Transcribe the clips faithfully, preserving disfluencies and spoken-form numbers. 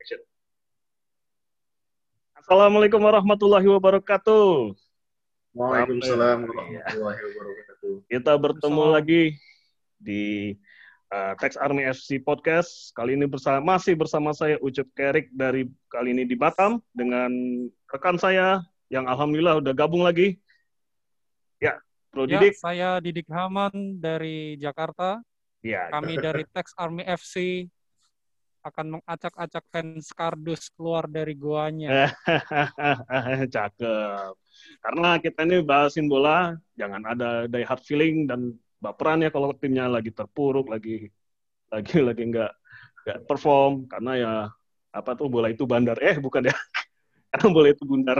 Action. Assalamualaikum warahmatullahi wabarakatuh. Sampai Waalaikumsalam ya, warahmatullahi wabarakatuh. kita bertemu Salam. lagi di uh, Tex Army F C Podcast. Kali ini bersama, masih bersama saya Ucup Kerik dari kali ini di Batam dengan rekan saya yang alhamdulillah udah gabung lagi. Ya, Bro Ya, Didik. saya Didik Haman dari Jakarta. Ya, Kami dari Tex Army F C akan mengacak-acak fans kardus keluar dari goanya. cakep. Karena kita ini bahasin bola, jangan ada die hard feeling dan baperan ya kalau timnya lagi terpuruk, lagi lagi lagi nggak nggak perform karena ya apa tuh bola itu bandar eh bukan ya karena bola itu bundar.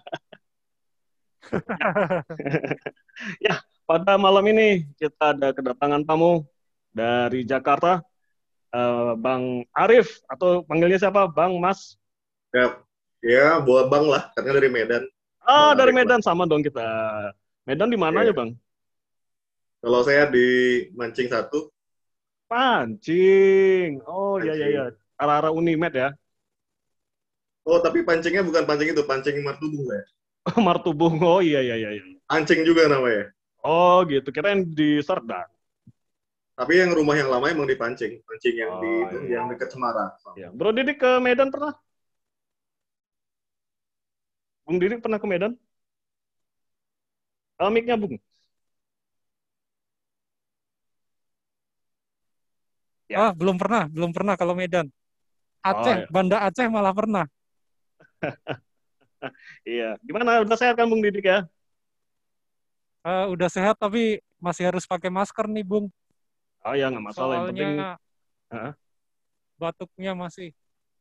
Ya, pada malam ini kita ada kedatangan tamu dari Jakarta, eh, Bang Arif atau panggilnya siapa? Bang Mas. Ya, ya buat bang lah, karena dari Medan, Ah, Bang dari Arif lah. Medan sama dong kita. Medan di mananya, Ya. Bang? Kalau saya di Mancing satu, Pancing. Oh, ya ya ya. Mancing. Arah-arah Unimed ya. Oh, tapi pancingnya bukan pancing itu, pancing martubung saya. Martubung. Oh, iya iya iya. Pancing juga namanya. Oh, gitu. Kirain di Serdang. Tapi yang rumah yang lama emang dipancing, pancing yang di Oh, itu, iya. yang dekat Semarang. Ya. Bro Didik ke Medan pernah? Bung Didik pernah ke Medan? Uh, mic-nya, Bung. Ya. Ah, belum pernah, belum pernah kalau Medan. Oh, Aceh, ya. Banda Aceh malah pernah. Iya. Gimana? Udah sehat kan, Bung Didik ya? Ah, udah sehat tapi masih harus pakai masker nih, Bung. Oh, ya nggak masalah. Yang penting, Soalnya uh, batuknya masih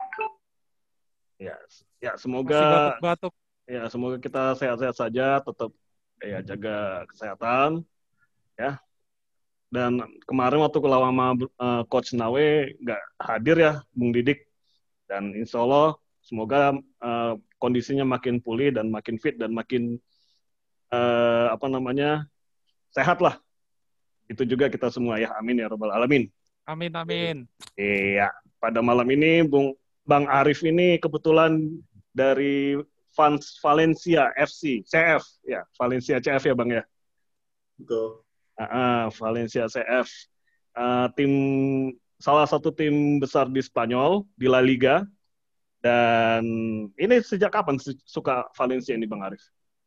ya, ya semoga masih batuk-batuk. ya semoga kita sehat-sehat saja, tetap ya jaga kesehatan, ya. Dan kemarin waktu lawan sama uh, Coach Nawe nggak hadir ya, Bung Didik. Dan insya Allah semoga uh, kondisinya makin pulih dan makin fit dan makin uh, apa namanya sehat lah. Itu juga kita semua ya, amin ya robbal alamin. Amin, amin. Iya, pada malam ini Bung Bang Arif ini kebetulan dari fans Valencia F C, C F ya, Valencia C F ya Bang ya. Betul. Uh, Valencia C F, uh, tim salah satu tim besar di Spanyol di La Liga. Dan ini sejak kapan suka Valencia ini Bang Arif?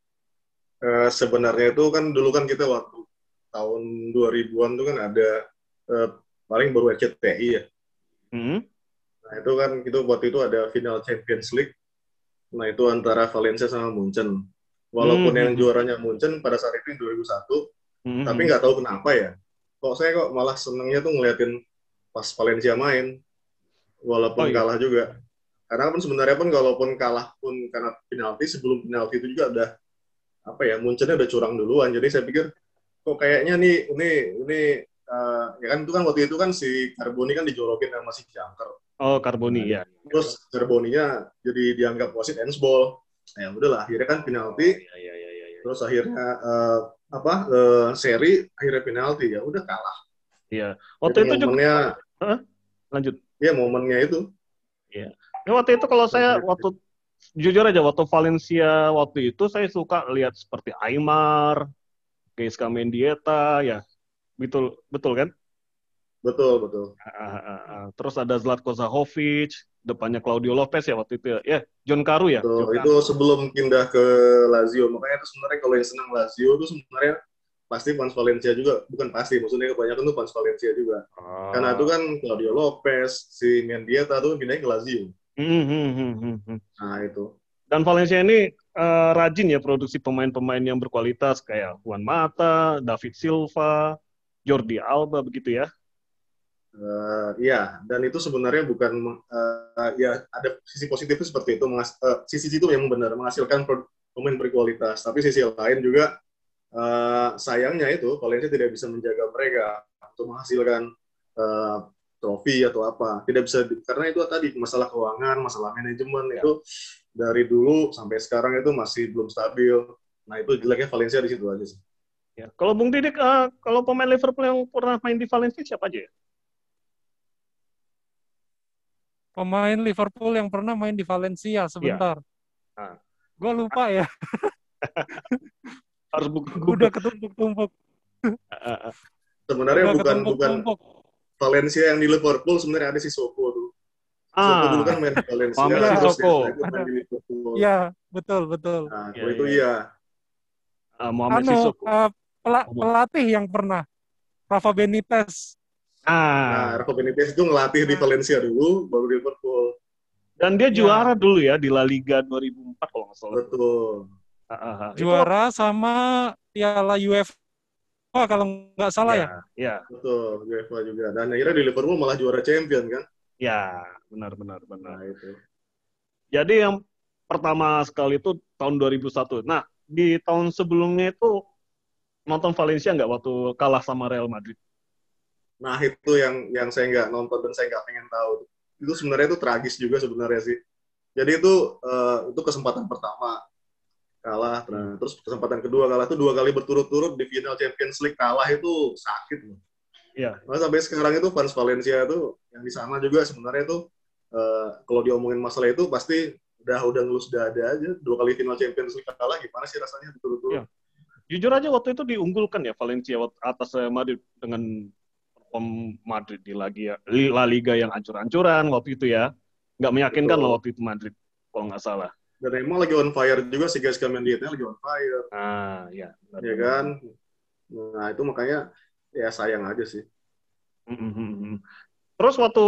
Eh, sebenarnya itu kan dulu kan kita waktu tahun dua ribuan tuh kan ada eh, paling baru R C T I ya. Hmm? Nah itu kan itu waktu itu ada final Champions League. Nah itu antara Valencia sama Munchen. Hmm, Walaupun hmm, yang hmm. juaranya Munchen pada saat itu dua ribu satu, Hmm, tapi hmm. nggak tahu kenapa ya. Kok saya kok malah senengnya tuh ngeliatin pas Valencia main, Oh walaupun iya. kalah juga. Karena pun sebenarnya pun walaupun kalah pun karena penalti, sebelum penalti itu juga udah apa ya, Munchennya udah curang duluan. Jadi saya pikir kok kayaknya nih ini ini uh, ya kan itu kan waktu itu kan si Carboni kan dijolokin sama si Jangker. Oh, Carboni Nah, ya. terus Carboninya jadi dianggap wasit handsball. Nah, ya udahlah akhirnya kan Oh penalti, iya iya iya iya. terus akhirnya uh, apa uh, seri akhirnya penalti, ya udah kalah. Iya. Itu Waktu itu juga momennya, huh? Lanjut. ya momennya itu. Iya. Ya, waktu itu kalau saya waktu jujur aja waktu Valencia waktu itu saya suka lihat seperti Aimar, Gaisca Mendieta ya. Betul betul kan? Betul, betul. Ah, ah, ah, ah. Terus ada Zlatko Zahovic, depannya Claudio Lopez ya waktu itu ya. Ya, John Carew ya. Betul. John Itu Carew. sebelum pindah ke Lazio. Makanya itu sebenarnya kalau yang senang Lazio itu sebenarnya pasti fans Valencia juga. Bukan pasti, maksudnya kebanyakan tuh fans Valencia juga. Karena itu Ah. kan Claudio Lopez, si Mendieta tuh pindahnya ke Lazio. Hmm, hmm, hmm, hmm, hmm. Nah itu. Dan Valencia ini eh, rajin ya produksi pemain-pemain yang berkualitas kayak Juan Mata, David Silva, Jordi Alba begitu ya. Uh, ya, dan itu sebenarnya bukan uh, ya ada sisi positifnya seperti itu. Mengas uh, sisi itu yang benar menghasilkan pemain berkualitas. Tapi sisi lain juga uh, sayangnya itu Valencia tidak bisa menjaga mereka untuk menghasilkan uh, trofi atau apa. Tidak bisa karena itu tadi masalah keuangan, masalah manajemen Ya. itu dari dulu sampai sekarang itu masih belum stabil. Nah itu jeleknya Valencia di situ aja sih. Ya. Kalau Bung Didik, uh, kalau pemain Liverpool yang pernah main di Valencia siapa aja ya? pemain Liverpool yang pernah main di Valencia Iya. sebentar. Nah, Gue lupa ya, harus buka udah Google. ketumpuk-tumpuk, Ah, ah, Sebenarnya udah bukan bukan ketumpuk-tumpuk. Valencia yang di Liverpool, sebenarnya ada si Sopo tuh. Sopo dulu kan ah. main di Valencia, Mohamed Iya, terus dia Sissoko. setelah itu main ada. di Liverpool. Iya, betul, betul. Nah, Iya, kalau itu iya. iya. Ah, Mohamed Anu, Sissoko. eh, pela- Mohamed. pelatih yang pernah, Rafa Benitez. Nah, Ah, Rafa Benitez itu ngelatih di Nah, Valencia dulu, baru di Liverpool. dan dia juara ya, dulu ya di La Liga dua ribu empat kalau nggak salah. Betul. Ah, ah, ah. Itu juara sama Piala UEFA kalau nggak salah ya. ya, ya, Betul, UEFA juga. Dan akhirnya di Liverpool malah juara champion kan? ya, benar, benar, benar. Nah, itu. Jadi yang pertama sekali itu tahun dua ribu satu. Nah, di tahun sebelumnya itu nonton Valencia nggak waktu kalah sama Real Madrid? Nah, itu yang yang saya nggak nonton dan saya nggak pengen tahu. Itu sebenarnya itu tragis juga sebenarnya sih. Jadi itu uh, itu kesempatan pertama kalah, nah, terus kesempatan kedua kalah itu dua kali berturut-turut di final Champions League kalah itu sakit loh. Iya. Nah, sampai sekarang itu fans Valencia itu yang di sana juga sebenarnya itu uh, kalau diomongin masalah itu pasti udah udah ngelus dada aja, dua kali final Champions League kalah gimana sih rasanya berturut-turut. Ya. Jujur aja waktu itu diunggulkan ya Valencia atas Madrid dengan perform Madrid di Liga, La Liga yang ancur-ancuran waktu itu ya. Nggak meyakinkan Betul. lah waktu itu Madrid, kalau nggak salah. Dan emang lagi on fire juga sih guys, Mendietnya lagi on fire. Ah, ya. Benar, ya kan? Nah, itu makanya ya sayang aja sih. Mm-hmm. Terus waktu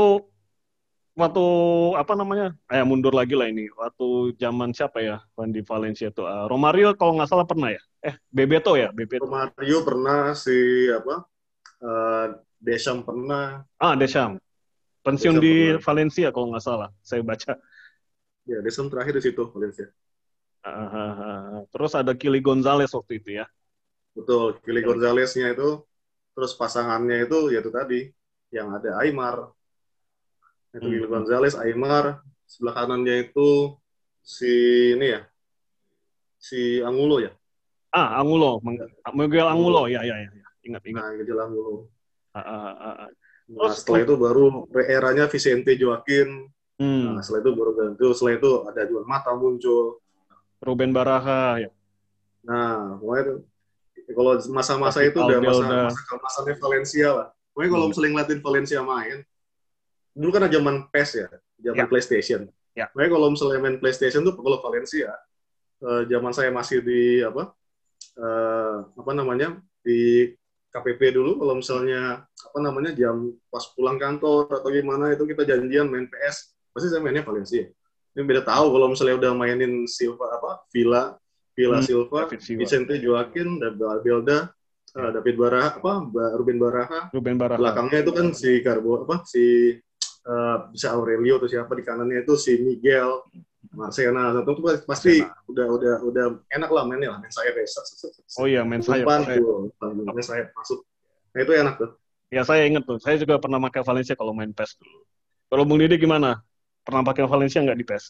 waktu apa namanya? Ayah mundur lagi lah ini. Waktu zaman siapa ya? Di Valencia itu uh, Romario kalau nggak salah pernah ya? Eh, Bebeto ya, Bebeto. Romario pernah, si apa? Uh, Deschamps pernah. Ah, Deschamps. Pensiun Deschamps di pernah. Valencia kalau nggak salah. Saya baca. Ya, Deschamps terakhir di situ Valencia. Uh, uh, uh. Terus ada Kili Gonzalez waktu itu ya. Betul, Kili ya. Gonzalez-nya itu, terus pasangannya itu yaitu tadi yang ada Aimar. Itu Kili hmm. Gonzalez, Aimar, sebelah kanannya itu si ini ya, si Angulo ya. Ah, Angulo, Miguel Angulo, ya, ya, ya, ingat, ingat. Nah, Miguel Angulo. Ah, ah, ah, ah. Nah, terus, setelah itu baru eranya Vicente Joaquin. Hmm. Nah, setelah itu baru ganti. Setelah itu ada Juan Mata muncul. Ruben Baraha, ya. Nah, pokoknya itu, kalau masa-masa itu udah masa masa masanya Valencia lah. Pokoknya kalau hmm. misalnya ngeliatin Valencia main, dulu kan ada zaman P E S ya, zaman ya. PlayStation. Ya. Pokoknya kalau misalnya main PlayStation tuh kalau Valencia, eh, zaman saya masih di apa, eh, apa namanya di K P P dulu, kalau misalnya apa namanya jam pas pulang kantor atau gimana itu kita janjian main P S, pasti saya mainnya Valencia. Ini beda tahu kalau misalnya udah mainin Silva apa Villa, Villa hmm, Silva, Vicente Joaquin, Belda, uh, David Baraha, apa Ruben Baraha, Ruben Baraha. Belakangnya itu kan si Carbo, apa si uh, bisa Aurelio atau siapa di kanannya itu si Miguel, Marcena, itu pasti Marcena. udah udah udah enak lah mainnya lah, main sayap ya. Oh iya, main sayap. Main sayap masuk. Nah itu enak tuh. Ya saya inget tuh, saya juga pernah pakai Valencia kalau main P E S dulu. Kalau Bung Didi gimana? Pernah pakai Valencia nggak di P E S?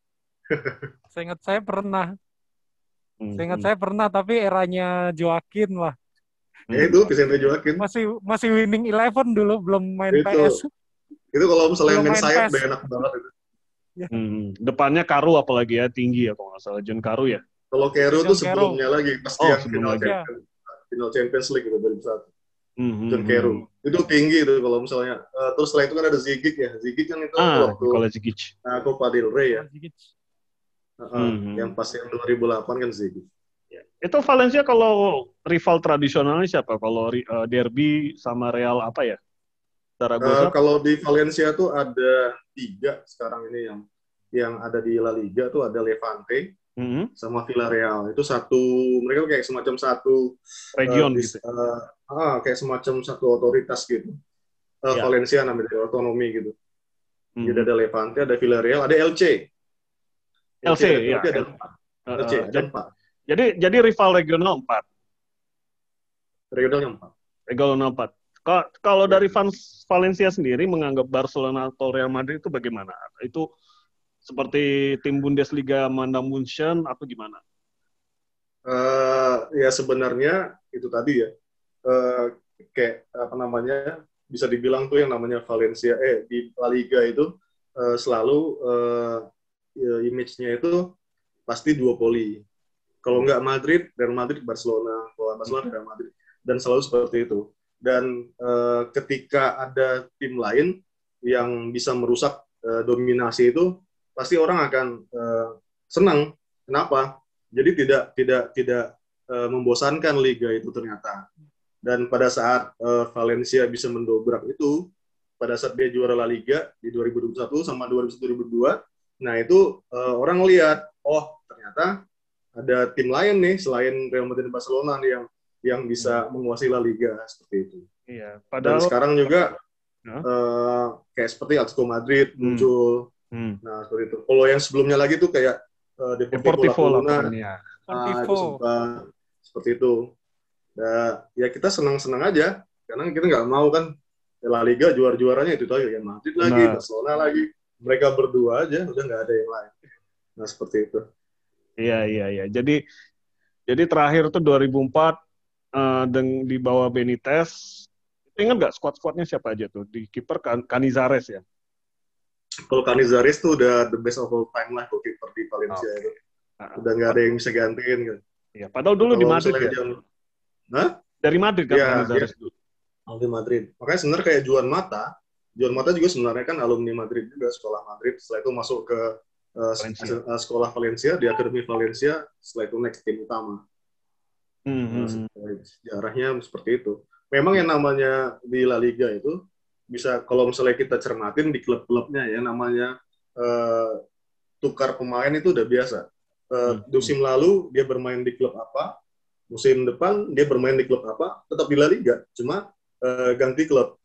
Saya ingat saya pernah. Hmm, saya ingat hmm. saya pernah, tapi eranya Joaquin lah. Ya itu, Vicente Joaquin. Masih masih winning eleven dulu, belum main itu, P S. Itu kalau misalnya belum main sayap udah enak banget itu. Ya. Hmm, depannya Karu apalagi ya, tinggi ya kalau nggak salah, John Karu ya? Kalau Karu tuh sebelumnya Karu. lagi, pasti oh, yang final, ya. final Champions League itu dua ribu satu. Hmm, John Karu. Hmm. Itu tinggi tuh kalau misalnya. Uh, terus setelah itu kan ada Zigic ya. Zigic kan itu ah, waktu Zigic. Nah, Copa del Rey ya. Uh, hmm. Yang pas yang dua ribu delapan kan Zigic. Ya. Itu Valencia kalau rival tradisionalnya siapa? Kalau uh, derby sama Real apa ya? Uh, kalau di Valencia tuh ada tiga sekarang ini yang yang ada di La Liga tuh ada Levante mm-hmm. sama Villarreal. Itu satu, mereka kayak semacam satu region uh, dis, gitu. Uh, ah, kayak semacam satu otoritas gitu. Uh, ya. Valencia namanya otonomi gitu. Mm-hmm. Jadi ada Levante, ada Villarreal, ada L C. L C, L C ya. Ada empat. Uh, L C ada jadi, empat. Jadi jadi rival regional empat. Regionalnya empat. Regional empat. Kalau dari fans Valencia sendiri menganggap Barcelona atau Real Madrid itu bagaimana? Itu seperti tim Bundesliga Bayern Munchen atau gimana? Uh, ya sebenarnya itu tadi ya, uh, kayak apa namanya bisa dibilang tuh yang namanya Valencia, eh di La Liga itu uh, selalu uh, image-nya itu pasti duopoli. Kalau nggak Madrid, Real Madrid, Barcelona. Kalau Barcelona, Real Madrid. Dan selalu seperti itu. Dan uh, ketika ada tim lain yang bisa merusak uh, dominasi itu, pasti orang akan uh, senang. Kenapa? Jadi tidak tidak tidak uh, membosankan liga itu ternyata. Dan pada saat uh, Valencia bisa mendobrak itu, pada saat dia juara La Liga di dua ribu dua puluh satu sama dua ribu dua puluh dua, nah itu uh, orang lihat, oh ternyata ada tim lain nih selain Real Madrid dan Barcelona nih yang yang bisa menguasai La Liga seperti itu. Iya. Padahal dan sekarang juga huh? uh, kayak seperti Atletico Madrid hmm. muncul. Hmm. Nah seperti itu. Kalau yang sebelumnya lagi tuh kayak uh, Deportivo La Coruña. Nah, itu sempat seperti itu. Nah, ya kita senang-senang aja karena kita nggak mau kan La Liga juara-juaranya itu aja, ya Madrid lagi, nah. Barcelona lagi. Mereka berdua aja, udah nggak ada yang lain. Nah seperti itu. Iya iya iya. Jadi jadi terakhir tuh dua ribu empat uh, deng, di bawah Benitez. Ingat nggak squad-squadnya siapa aja tuh? Di kiper Can- Canizares ya. Kalau Canizares tuh udah the best of all time lah, kalau kiper di Valencia okay. itu. Uh, udah nggak ada yang bisa gantiin kan. Iya. Padahal dulu di Madrid ya. Jam... Hah? Dari Madrid kan ya, Canizares dulu. Ya. Di Madrid. Makanya sebenarnya kayak Juan Mata. Juan Mata juga sebenarnya kan alumni Madrid juga, sekolah Madrid. Setelah itu masuk ke uh, Valencia. sekolah Valencia, di Akademi Valencia. Setelah itu next tim utama. Mm-hmm. Nah, sejarahnya seperti itu. Memang yang namanya di La Liga itu bisa, kalau misalnya kita cermatin di klub-klubnya ya, namanya uh, tukar pemain itu udah biasa. Uh, mm-hmm. Musim lalu dia bermain di klub apa, musim depan dia bermain di klub apa, tetap di La Liga, cuma uh, ganti klub.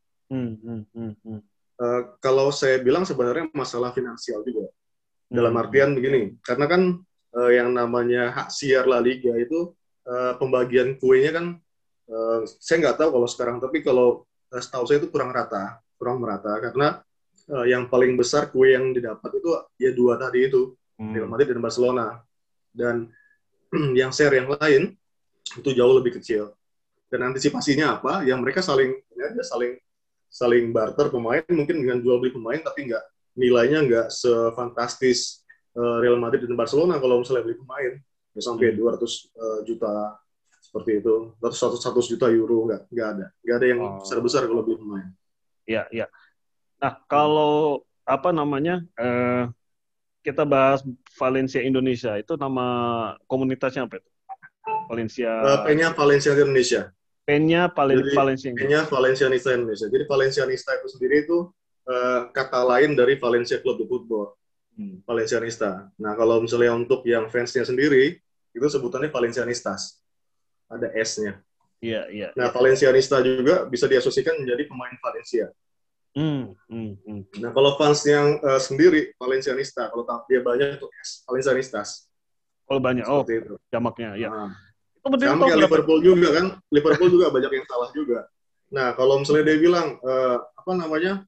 Mm-hmm. Uh, kalau saya bilang sebenarnya masalah finansial juga. Mm-hmm. Dalam artian begini, karena kan uh, yang namanya hak siar La Liga itu uh, pembagian kuenya kan, Uh, saya nggak tahu kalau sekarang, tapi kalau uh, setahu saya itu kurang rata, kurang merata, karena uh, yang paling besar kue yang didapat itu ya dua tadi itu, hmm. Real Madrid dan Barcelona, dan yang share yang lain itu jauh lebih kecil. Dan antisipasinya apa? Yang mereka saling, ya, saling, saling barter pemain, mungkin dengan jual beli pemain, tapi nggak nilainya nggak sefantastis uh, Real Madrid dan Barcelona kalau misalnya beli pemain, ya sampai hmm. dua ratus uh, juta. Seperti itu, seratus juta euro, nggak, nggak ada. Nggak ada yang oh. besar-besar kalau beli pemain. Iya, iya. Nah, kalau apa namanya, eh, kita bahas Valencia Indonesia, itu nama komunitasnya apa itu? Valencia... Uh, P-nya Valencia Indonesia. P-nya Valen- Jadi, Valencia P-nya Valencianista Indonesia. Jadi Valencianista itu sendiri itu uh, kata lain dari Valencia Club de Football. Hmm. Valencianista. Nah, kalau misalnya untuk yang fansnya sendiri, itu sebutannya Valencianistas. Ada S-nya. Iya, iya. Nah, ya. Valencianista juga bisa diasosiasikan menjadi pemain Valencia. Hmm, hmm, hmm. Nah, kalau fans yang uh, sendiri Valencianista, kalau dia banyak itu S, Valencianistas. Kalau banyak, oh, itu. jamaknya, ya. Nah, itu betul sama kayak Liverpool juga kan, Liverpool juga banyak yang salah juga. Nah, kalau misalnya dia bilang uh, apa namanya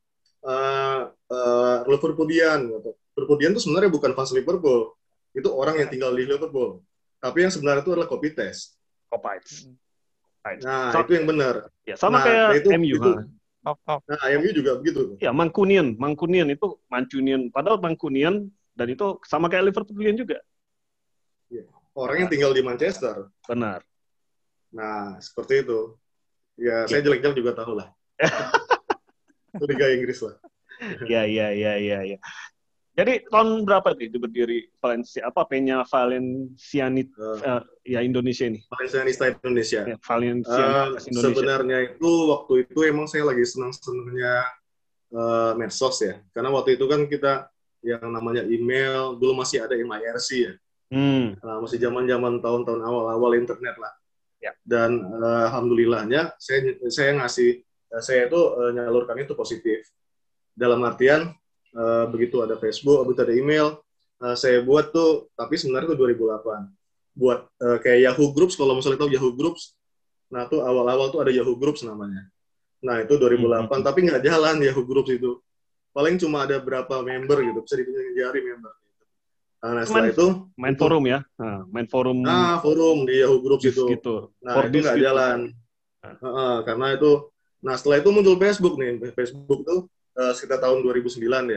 uh, uh, Liverpoolian, gitu. Liverpoolian itu sebenarnya bukan fans Liverpool, itu orang yang tinggal di Liverpool. Tapi yang sebenarnya itu adalah copy paste. Kopites. Nah, so, itu yang benar. Ya, sama nah, kayak itu, M U. Itu, nah, M U juga begitu. Ya, Mancunian. Mancunian itu Mancunian. Padahal Mancunian, dan itu sama kayak Liverpoolian juga. Ya, orang yang tinggal di Manchester. Benar. Nah, seperti itu. Ya, ya. Saya jelek-jelek juga tahu lah. Itu Liga Inggris lah. Ya, ya, ya, ya, ya. Jadi tahun berapa nih berdiri Valencia? Apa P-nya Valencianit uh, uh, ya Indonesia ini? Valencianista Indonesia. Ya, Valencianista uh, Indonesia. Sebenarnya itu waktu itu emang saya lagi senang-senangnya uh, medsos ya. Karena waktu itu kan kita yang namanya email dulu masih ada email I R C ya. Hmm. Uh, masih zaman-zaman tahun-tahun awal-awal internet lah. Ya. Dan uh, alhamdulillahnya saya saya ngasih uh, saya itu uh, nyalurkan itu positif. Dalam artian Uh, begitu ada Facebook, begitu ada email, uh, saya buat tuh, tapi sebenarnya itu dua ribu delapan. Buat uh, kayak Yahoo Groups, kalau misalnya tahu Yahoo Groups, nah tuh awal-awal tuh ada Yahoo Groups namanya. Nah itu dua ribu delapan, hmm. tapi nggak jalan Yahoo Groups itu. Paling cuma ada berapa member gitu, bisa dihitung jari member. Nah setelah main, itu... Main itu, forum ya? Nah, main forum... Nah forum di Yahoo Groups itu. Gitu. Nah For itu nggak gitu. jalan. Nah. Uh, karena itu... Nah setelah itu muncul Facebook nih. Facebook tuh uh, sekitar tahun dua ribu sembilan ya.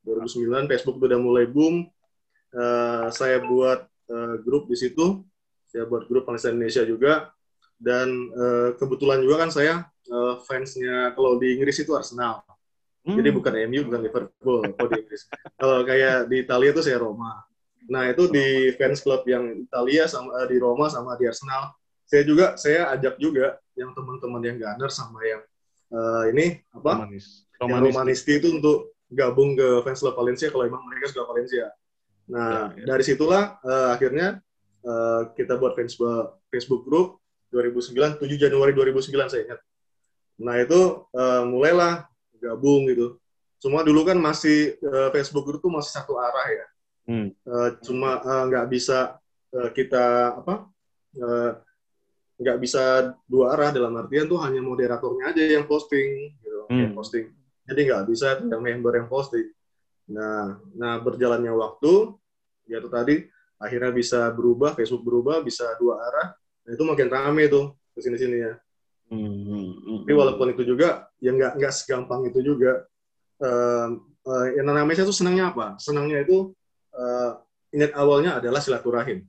dua ribu sembilan Facebook udah mulai boom. Uh, saya buat uh, grup di situ. Saya buat grup Palestina Indonesia juga. Dan uh, kebetulan juga kan saya uh, fansnya kalau di Inggris itu Arsenal. Hmm. Jadi bukan M U, bukan Liverpool kalau di Inggris. Kalau kayak di Italia itu saya Roma. Nah itu di fans club yang Italia sama di Roma sama di Arsenal. Saya juga saya ajak juga yang teman-teman yang Gunner sama yang uh, ini apa? Romanis. Yang Romanisti itu untuk gabung ke fans club Valencia kalau emang mereka suka Valencia. Nah ya, ya. Dari situlah uh, akhirnya uh, kita buat Facebook Facebook group dua ribu sembilan, tujuh Januari dua ribu sembilan saya ingat. Nah itu uh, mulailah gabung gitu. Cuma dulu kan masih uh, Facebook group itu masih satu arah ya. Hmm. Uh, cuma nggak uh, bisa uh, kita apa nggak uh, bisa dua arah dalam artian tuh hanya moderatornya aja yang posting gitu, hmm. yang posting. Jadi nggak bisa yang member yang posting. Nah, nah berjalannya waktu ya itu tadi akhirnya bisa berubah, Facebook berubah bisa dua arah. Nah, itu makin rame tuh kesini sini ya. Hmm. Tapi walaupun itu juga ya nggak nggak segampang itu juga. Uh, uh, yang namanya itu senangnya apa? Senangnya itu Uh, niat awalnya adalah silaturahim.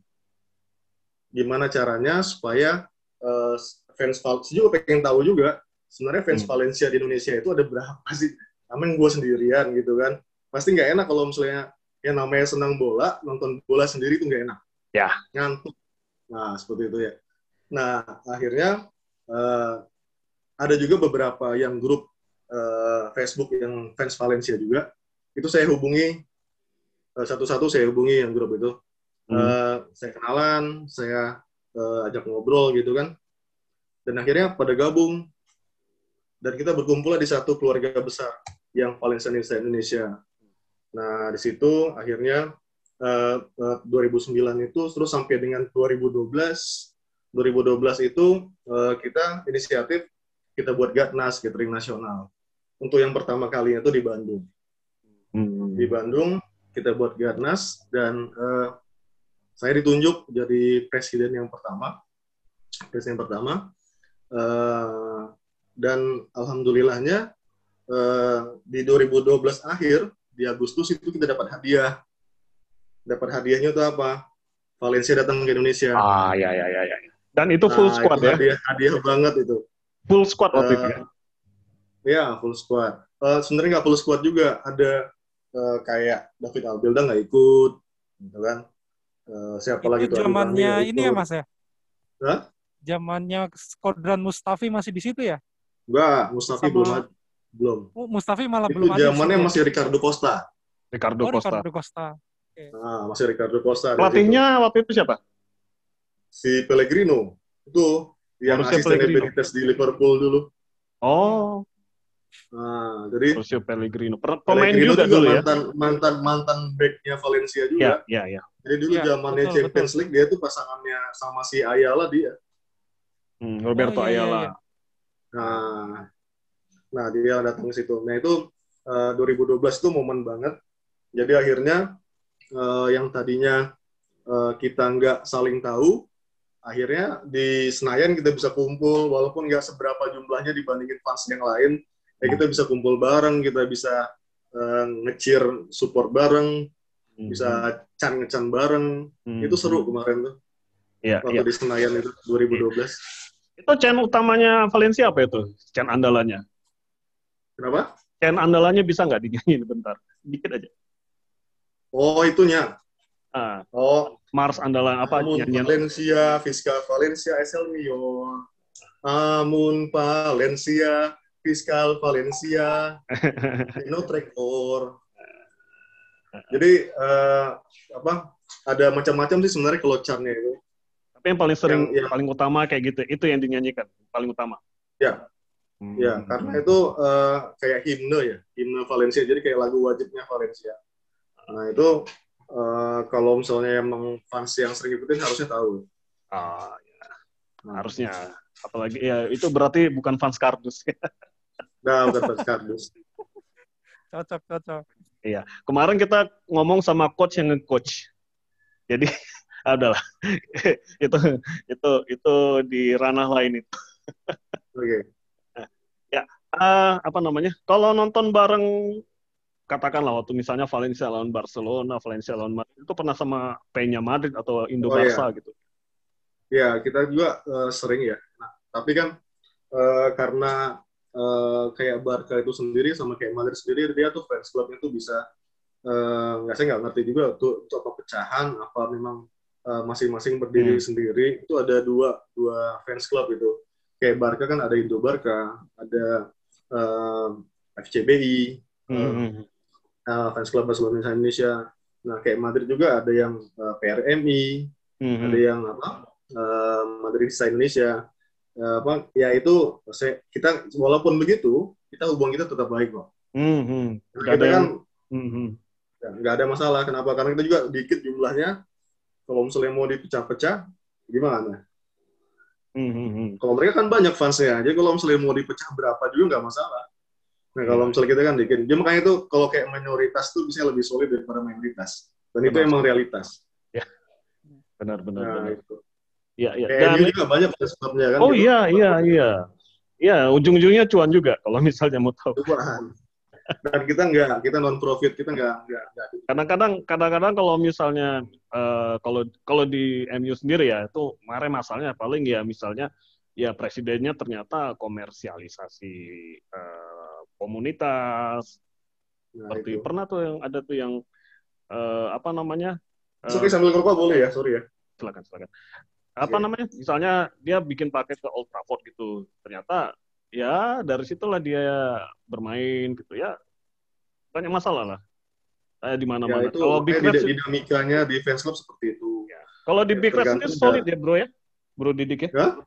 Gimana caranya supaya uh, fans Valencia juga pengen tahu juga sebenarnya fans hmm. Valencia di Indonesia itu ada berapa sih? Amin gue sendirian gitu kan. Pasti nggak enak kalau misalnya yang namanya senang bola, nonton bola sendiri itu nggak enak. Ya. Ngantuk. Nah seperti itu ya. Nah akhirnya uh, ada juga beberapa yang grup uh, Facebook yang fans Valencia juga. Itu saya hubungi satu-satu saya hubungi yang grup itu, hmm. uh, saya kenalan, saya uh, ajak ngobrol gitu kan, dan akhirnya pada gabung dan kita berkumpul di satu keluarga besar yang Valencia Indonesia. Nah di situ akhirnya uh, uh, dua ribu sembilan itu terus sampai dengan dua ribu dua belas, dua ribu dua belas itu uh, kita inisiatif kita buat Gatnas Gathering Nasional untuk yang pertama kalinya itu di Bandung, hmm. di Bandung. Kita buat Gatnas dan uh, saya ditunjuk jadi presiden yang pertama, presiden pertama, uh, dan alhamdulillahnya uh, di dua ribu dua belas akhir di Agustus itu kita dapat hadiah, dapat hadiahnya itu apa? Valencia datang ke Indonesia. Ah ya ya ya ya. Dan itu full nah, squad itu ya? Hadiah, hadiah banget itu. Full squad waktu uh, itu ya? Ya full squad. Uh, sebenarnya nggak full squad juga, ada Uh, kayak David Albilda nggak ikut, gitu kan? Uh, siapa itu lagi tuh? Zamannya ini ya Mas ya? Hah? Zamannya Skodran Mustafi masih di situ ya? Enggak, Mustafi Sama... belum. belum. Oh, Mustafi malah itu belum ada. Itu zamannya masih Ricardo Costa. Ricardo oh, Costa. Ricardo Costa. Okay. Nah, masih Ricardo Costa. Pelatihnya waktu itu siapa? Si Pellegrino. Itu yang asisten Benitez di Liverpool dulu. Oh. Nah, jadi Mauricio Pellegrino. Pemain juga, juga dulu mantan, ya. Mantan mantan back-nya Valencia juga. Ya, ya, ya. Jadi dulu ya, zamannya betul, Champions betul. League dia tuh pasangannya sama si Ayala dia. Hmm, Roberto oh, iya, Ayala. Iya, iya. Nah, nah dia datang ke situ. Nah itu uh, dua ribu dua belas itu momen banget. Jadi akhirnya uh, yang tadinya uh, kita nggak saling tahu, akhirnya di Senayan kita bisa kumpul walaupun nggak seberapa jumlahnya dibandingin fans yang lain. Ya kita bisa kumpul bareng, kita bisa uh, nge-cheer support bareng, mm-hmm. bisa can-ngecan bareng. Mm-hmm. Itu seru kemarin tuh. Yeah, waktu yeah. di Senayan itu dua ribu dua belas. Itu can utamanya Valencia apa itu? Can andalannya? Kenapa? Can andalannya bisa nggak dinyanyiin bentar? Dikit aja. Oh, itunya. Ah. Oh, Mars andalan apa? Amun nyanyian? Valencia, Fiscal Valencia, S L Mion. Amun Valencia, Fiscal Valencia, Dino Trekor. Jadi uh, apa? Ada macam-macam sih sebenarnya kalau chant-nya itu. Tapi yang paling sering, yang, paling utama kayak gitu, itu yang dinyanyikan paling utama. Ya, hmm. ya karena itu uh, kayak himne ya, himne Valencia. Jadi kayak lagu wajibnya Valencia. Nah itu uh, kalau misalnya emang fans yang sering ikutin harusnya tahu. Ah, ya. Nah, harusnya. Apalagi ya itu berarti bukan fans kardus. Nah, bukan fans kardus. Cocok, cocok. Iya. Kemarin kita ngomong sama coach yang nge-coach. Jadi adalah itu itu itu di ranah lain itu. Oke. Okay. Ya, uh, apa namanya? Kalau nonton bareng katakanlah waktu misalnya Valencia lawan Barcelona, Valencia lawan Madrid itu pernah sama P-nya Madrid atau Indo Oh Barca iya, gitu. ya kita juga uh, sering ya. Nah, tapi kan uh, karena uh, kayak Barca itu sendiri sama kayak Madrid sendiri, dia tuh fans clubnya tuh bisa uh, nggak saya nggak ngerti juga tuh itu apa pecahan, apa memang uh, masing-masing berdiri Hmm. sendiri. Itu ada dua dua fans club itu. Kayak Barca kan ada Indo Barca, ada uh, F C B I, uh, Hmm. uh, fans club Barcelona Indonesia. Nah kayak Madrid juga ada yang uh, P R M I, Hmm. ada yang apa? Uh, Madridista Indonesia, uh, apa ya itu saya, kita walaupun begitu kita hubungan kita tetap baik kok. Hmm. Karena Gak kita ada kan yang hmm. nggak ada masalah. Kenapa? Karena kita juga dikit jumlahnya. Kalau misalnya mau dipecah-pecah, gimana? Hmm. Kalau mereka kan banyak fansnya, jadi kalau misalnya mau dipecah berapa juga nggak masalah. Nah kalau Iya. misalnya kita kan dikit, jadi makanya itu kalau kayak minoritas tuh bisa lebih solid daripada mayoritas. Dan itu Benar. emang realitas. Ya, benar-benar. Nah benar. itu. Ya, ya. Kayak Dan M U juga banyak sebabnya kan. oh gitu. iya, iya, iya. Ya, ujung-ujungnya cuan juga kalau misalnya mau tahu. Cuan. Dan kita nggak, kita non profit, kita nggak nggak nggak. Kadang-kadang, kadang-kadang kalau misalnya uh, kalau kalau di M U sendiri ya itu kemarin masalahnya paling ya misalnya ya presidennya ternyata komersialisasi uh, komunitas. Nah Seperti itu. pernah tuh yang ada tuh yang uh, apa namanya? Sorry Uh, sambil ngerokok boleh ya, sorry ya. silakan, silakan. Apa Oke. namanya? Misalnya dia bikin paket ke Old Trafford gitu. Ternyata ya dari situlah dia bermain gitu ya. Banyak masalah lah. Kayak di Ya mana-mana. itu Kalau Big makanya Reds, dinamikanya di fans club seperti itu. ya. Kalau di Ya, Big Reds sendiri tergantung solid dari. ya bro ya, bro Didik ya. Ya?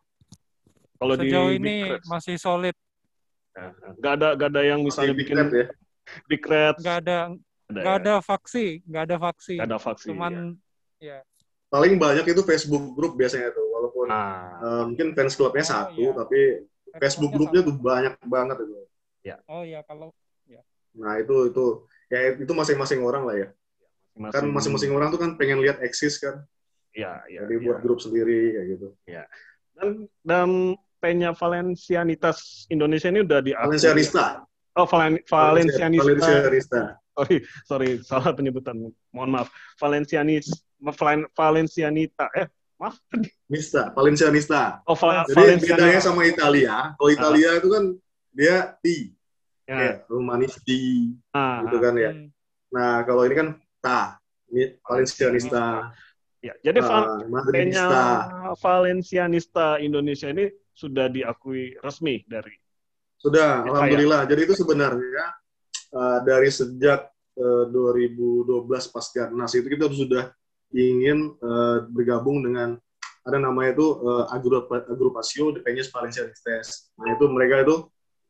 Kalau di Sejauh Big ini Reds, masih solid, ya, nggak ada nggak ada yang Masih misalnya big bikin red ya. Big Reds, nggak ada ada nggak ya, ada faksi, nggak ada faksi. nggak ada faksi. Cuman Ya. ya. Paling banyak itu Facebook group biasanya tuh, walaupun Ah, uh, mungkin fans clubnya Oh, satu, iya. tapi Facebook grupnya tuh banyak banget itu. ya. Oh ya kalau ya. Nah itu itu ya itu masing-masing orang lah ya. Masing-masing, Kan masing-masing orang tuh kan pengen lihat eksis kan. Ya, ya, Jadi ya. buat grup sendiri kayak gitu. Ya. Dan dan P-nya Valencianitas Indonesia ini udah diakui. Valencianista. Oh, Valen, Valencianista. Valencianista. Sorry, sorry, salah penyebutan. Mohon maaf. Valencianis, Valencianita. Eh, maaf. Nista, Valencianista. Oh, Val Jadi Valencianista. bedanya sama Italia. Kalau Italia uh-huh. itu kan dia T. Ya. Kayak Romanisti. Ah, gitu kan ya. Hmm. Nah, kalau ini kan Ta. Ini Valencianista. Ya, jadi uh, Madridista. Valencianista Indonesia ini sudah diakui resmi dari. Sudah, alhamdulillah. Jadi itu sebenarnya uh, dari sejak uh, dua ribu dua belas pasca N A S itu kita sudah ingin uh, bergabung dengan ada namanya itu uh, Agrupació de Peñas Valencianistas. Nah itu mereka itu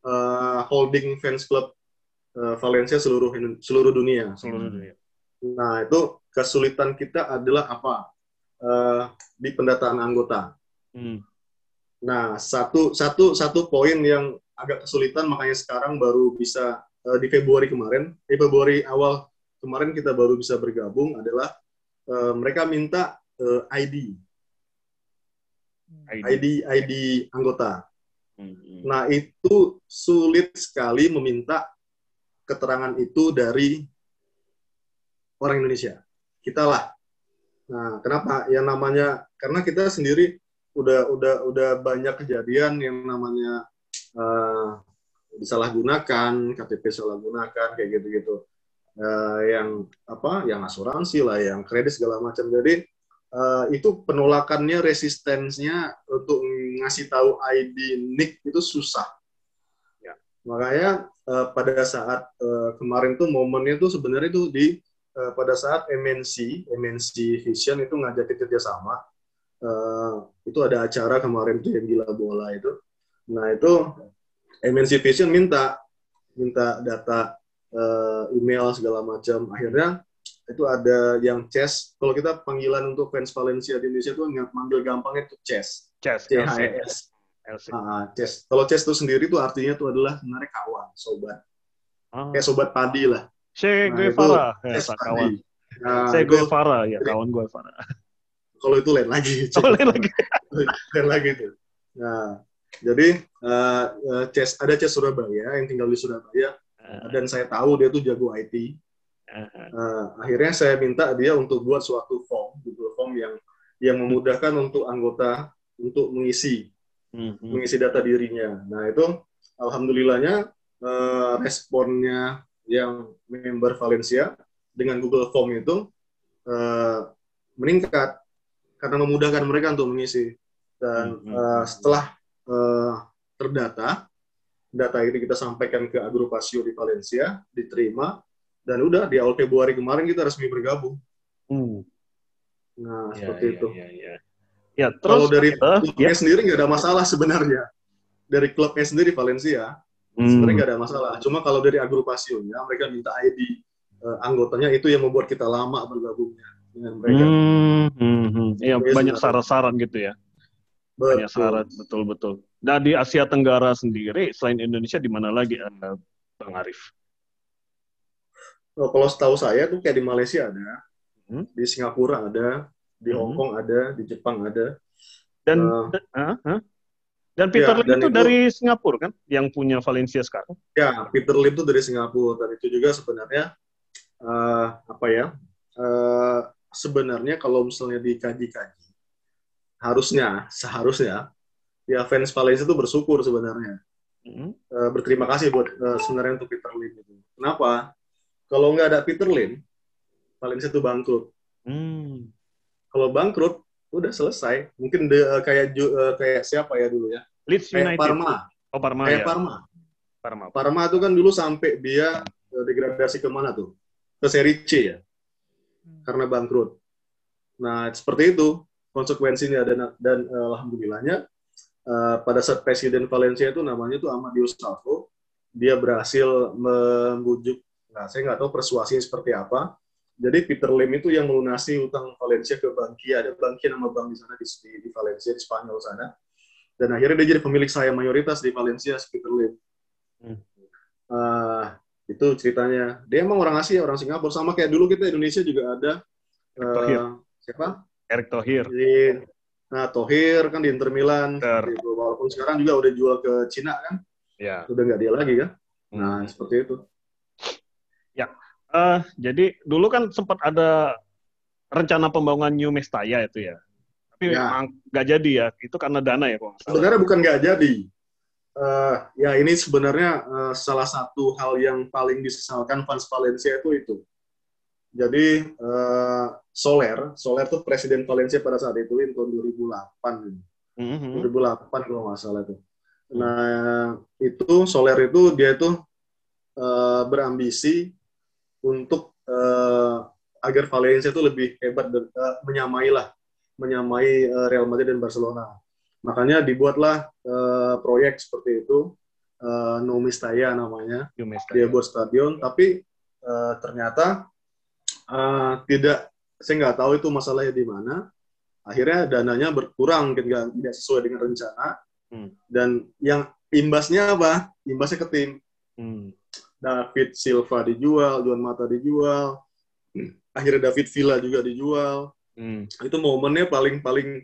uh, holding fans club uh, Valencia seluruh seluruh dunia. Seluruh dunia. Nah itu kesulitan kita adalah apa? Uh, di pendataan anggota. Hmm. Nah satu satu satu poin yang agak kesulitan makanya sekarang baru bisa uh, di Februari kemarin, di Februari awal kemarin kita baru bisa bergabung adalah uh, mereka minta uh, I D. I D I D anggota. Hmm. Nah itu sulit sekali meminta keterangan itu dari orang Indonesia. Kita lah. Nah kenapa? Yang namanya karena kita sendiri udah udah udah banyak kejadian yang namanya uh, disalahgunakan, K T P salahgunakan kayak gitu-gitu. Uh, yang apa? Yang asuransi lah, yang kredit segala macam. Jadi uh, itu penolakannya, resistensinya untuk ngasih tahu I D N I C itu susah. Ya. Makanya uh, pada saat uh, kemarin tuh momennya tuh sebenarnya tuh di uh, pada saat M N C, M N C Vision itu ngajakin kerjasama. Uh, itu ada acara kemarin tuh yang Gila Bola itu. Nah itu M N C Vision minta minta data uh, email segala macam. Akhirnya itu ada yang C E S. Kalau kita panggilan untuk fans Valencia di Indonesia itu manggil gampangnya itu C E S. C E S. C H E S. Uh, C E S. Kalau C E S itu sendiri itu artinya itu adalah sebenarnya kawan, sobat. Oh. Kayak sobat padi lah. Che Guevara. Nah, ya, kawan. Nah, Che Guevara ya, kawan Guevara. Kalau itu lain lagi. Oh, lain lagi. lain lagi tuh. Nah, jadi uh, C E S, ada C E S Surabaya yang tinggal di Surabaya. dan saya tahu dia tuh jago I T. Uh, akhirnya saya minta dia untuk buat suatu form, Google Form yang yang memudahkan untuk anggota untuk mengisi hmm. mengisi data dirinya. Nah itu alhamdulillahnya uh, responnya yang member Valencia dengan Google Form itu uh, meningkat karena memudahkan mereka untuk mengisi. Dan hmm. uh, setelah uh, terdata, data itu kita sampaikan ke Agrupasio di Valencia, diterima. Dan udah di awal Februari kemarin kita resmi bergabung. Hmm. Nah, ya, seperti ya, itu. Ya, ya. Ya, terus, kalau dari uh, klubnya ya. sendiri nggak ada masalah sebenarnya. Dari klubnya sendiri Valencia, hmm. sebenarnya nggak ada masalah. Cuma kalau dari Agrupasionya, mereka minta I D uh, anggotanya, itu yang membuat kita lama bergabungnya dengan mereka. Hmm, hmm, hmm. Ya, banyak syarat-syarat gitu ya. Betul. Banyak syarat, betul-betul. Nah, di Asia Tenggara sendiri, selain Indonesia, di mana lagi, uh, Bang Arif? Oh, kalau setahu saya tuh kayak di Malaysia ada, hmm? di Singapura ada, di hmm. Hong Kong ada, di Jepang ada. Dan uh, uh, uh. dan Peter ya, Lim itu, itu dari Singapura kan, yang punya Valencia sekarang? Ya, Peter Lim itu dari Singapura, dan itu juga sebenarnya uh, apa ya? Uh, sebenarnya kalau misalnya dikaji-kaji, harusnya, seharusnya, ya fans Valencia itu bersyukur sebenarnya, hmm. uh, berterima kasih buat uh, sebenarnya untuk Peter Lim itu. Kenapa? Kalau nggak ada Peter Lim, Valencia itu bangkrut. Hmm. Kalau bangkrut, udah selesai. Mungkin de, uh, kayak uh, kayak siapa ya dulu ya? Leeds kayak United. Parma. Oh, Parma kayak ya. Parma. Parma. Parma itu kan dulu sampai dia uh, degradasi kemana tuh? Ke Serie C ya. Hmm. Karena bangkrut. Nah, seperti itu konsekuensinya. Dan, dan uh, alhamdulillahnya uh, pada saat Presiden Valencia itu namanya tuh Amadeo Salvo, dia berhasil membujuk. Nah, saya nggak tahu persuasinya seperti apa. Jadi Peter Lim itu yang melunasi utang Valencia ke Bankia. Ada Bankia nama bank di sana di, di Valencia, di Spanyol sana. Dan akhirnya dia jadi pemilik saham mayoritas di Valencia, Peter Lim. Hmm. Uh, itu ceritanya. Dia emang orang Asia, orang Singapura. Sama kayak dulu kita Indonesia juga ada. Uh, siapa? Erick Thohir. Di, nah, Thohir kan di Inter Milan. Gitu. Walaupun sekarang juga udah jual ke Cina kan. Ya. Udah nggak dia lagi kan. Nah, hmm. seperti itu. Ya, uh, jadi dulu kan sempat ada rencana pembangunan New Mestalla itu ya, tapi ya. memang nggak jadi ya, itu karena dana ya kok. Sebenarnya bukan nggak jadi, uh, ya ini sebenarnya uh, salah satu hal yang paling disesalkan fans Valencia itu itu. Jadi uh, Soler, Soler tuh presiden Valencia pada saat itu in tahun dua ribu delapan, mm-hmm. dua ribu delapan kalau nggak salah itu. Nah itu Soler itu dia tuh uh, berambisi untuk uh, agar Valencia itu lebih hebat dan uh, menyamai lah, menyamai uh, Real Madrid dan Barcelona. Makanya dibuatlah uh, proyek seperti itu, uh, Nou Mestalla namanya. Dia buat stadion, tapi uh, ternyata uh, tidak, saya nggak tahu itu masalahnya di mana. Akhirnya dananya berkurang, tidak, tidak sesuai dengan rencana. Hmm. Dan yang imbasnya apa? Imbasnya ke tim. Hmm. David Silva dijual, Juan Mata dijual, akhirnya David Villa juga dijual. Hmm. Itu momennya paling-paling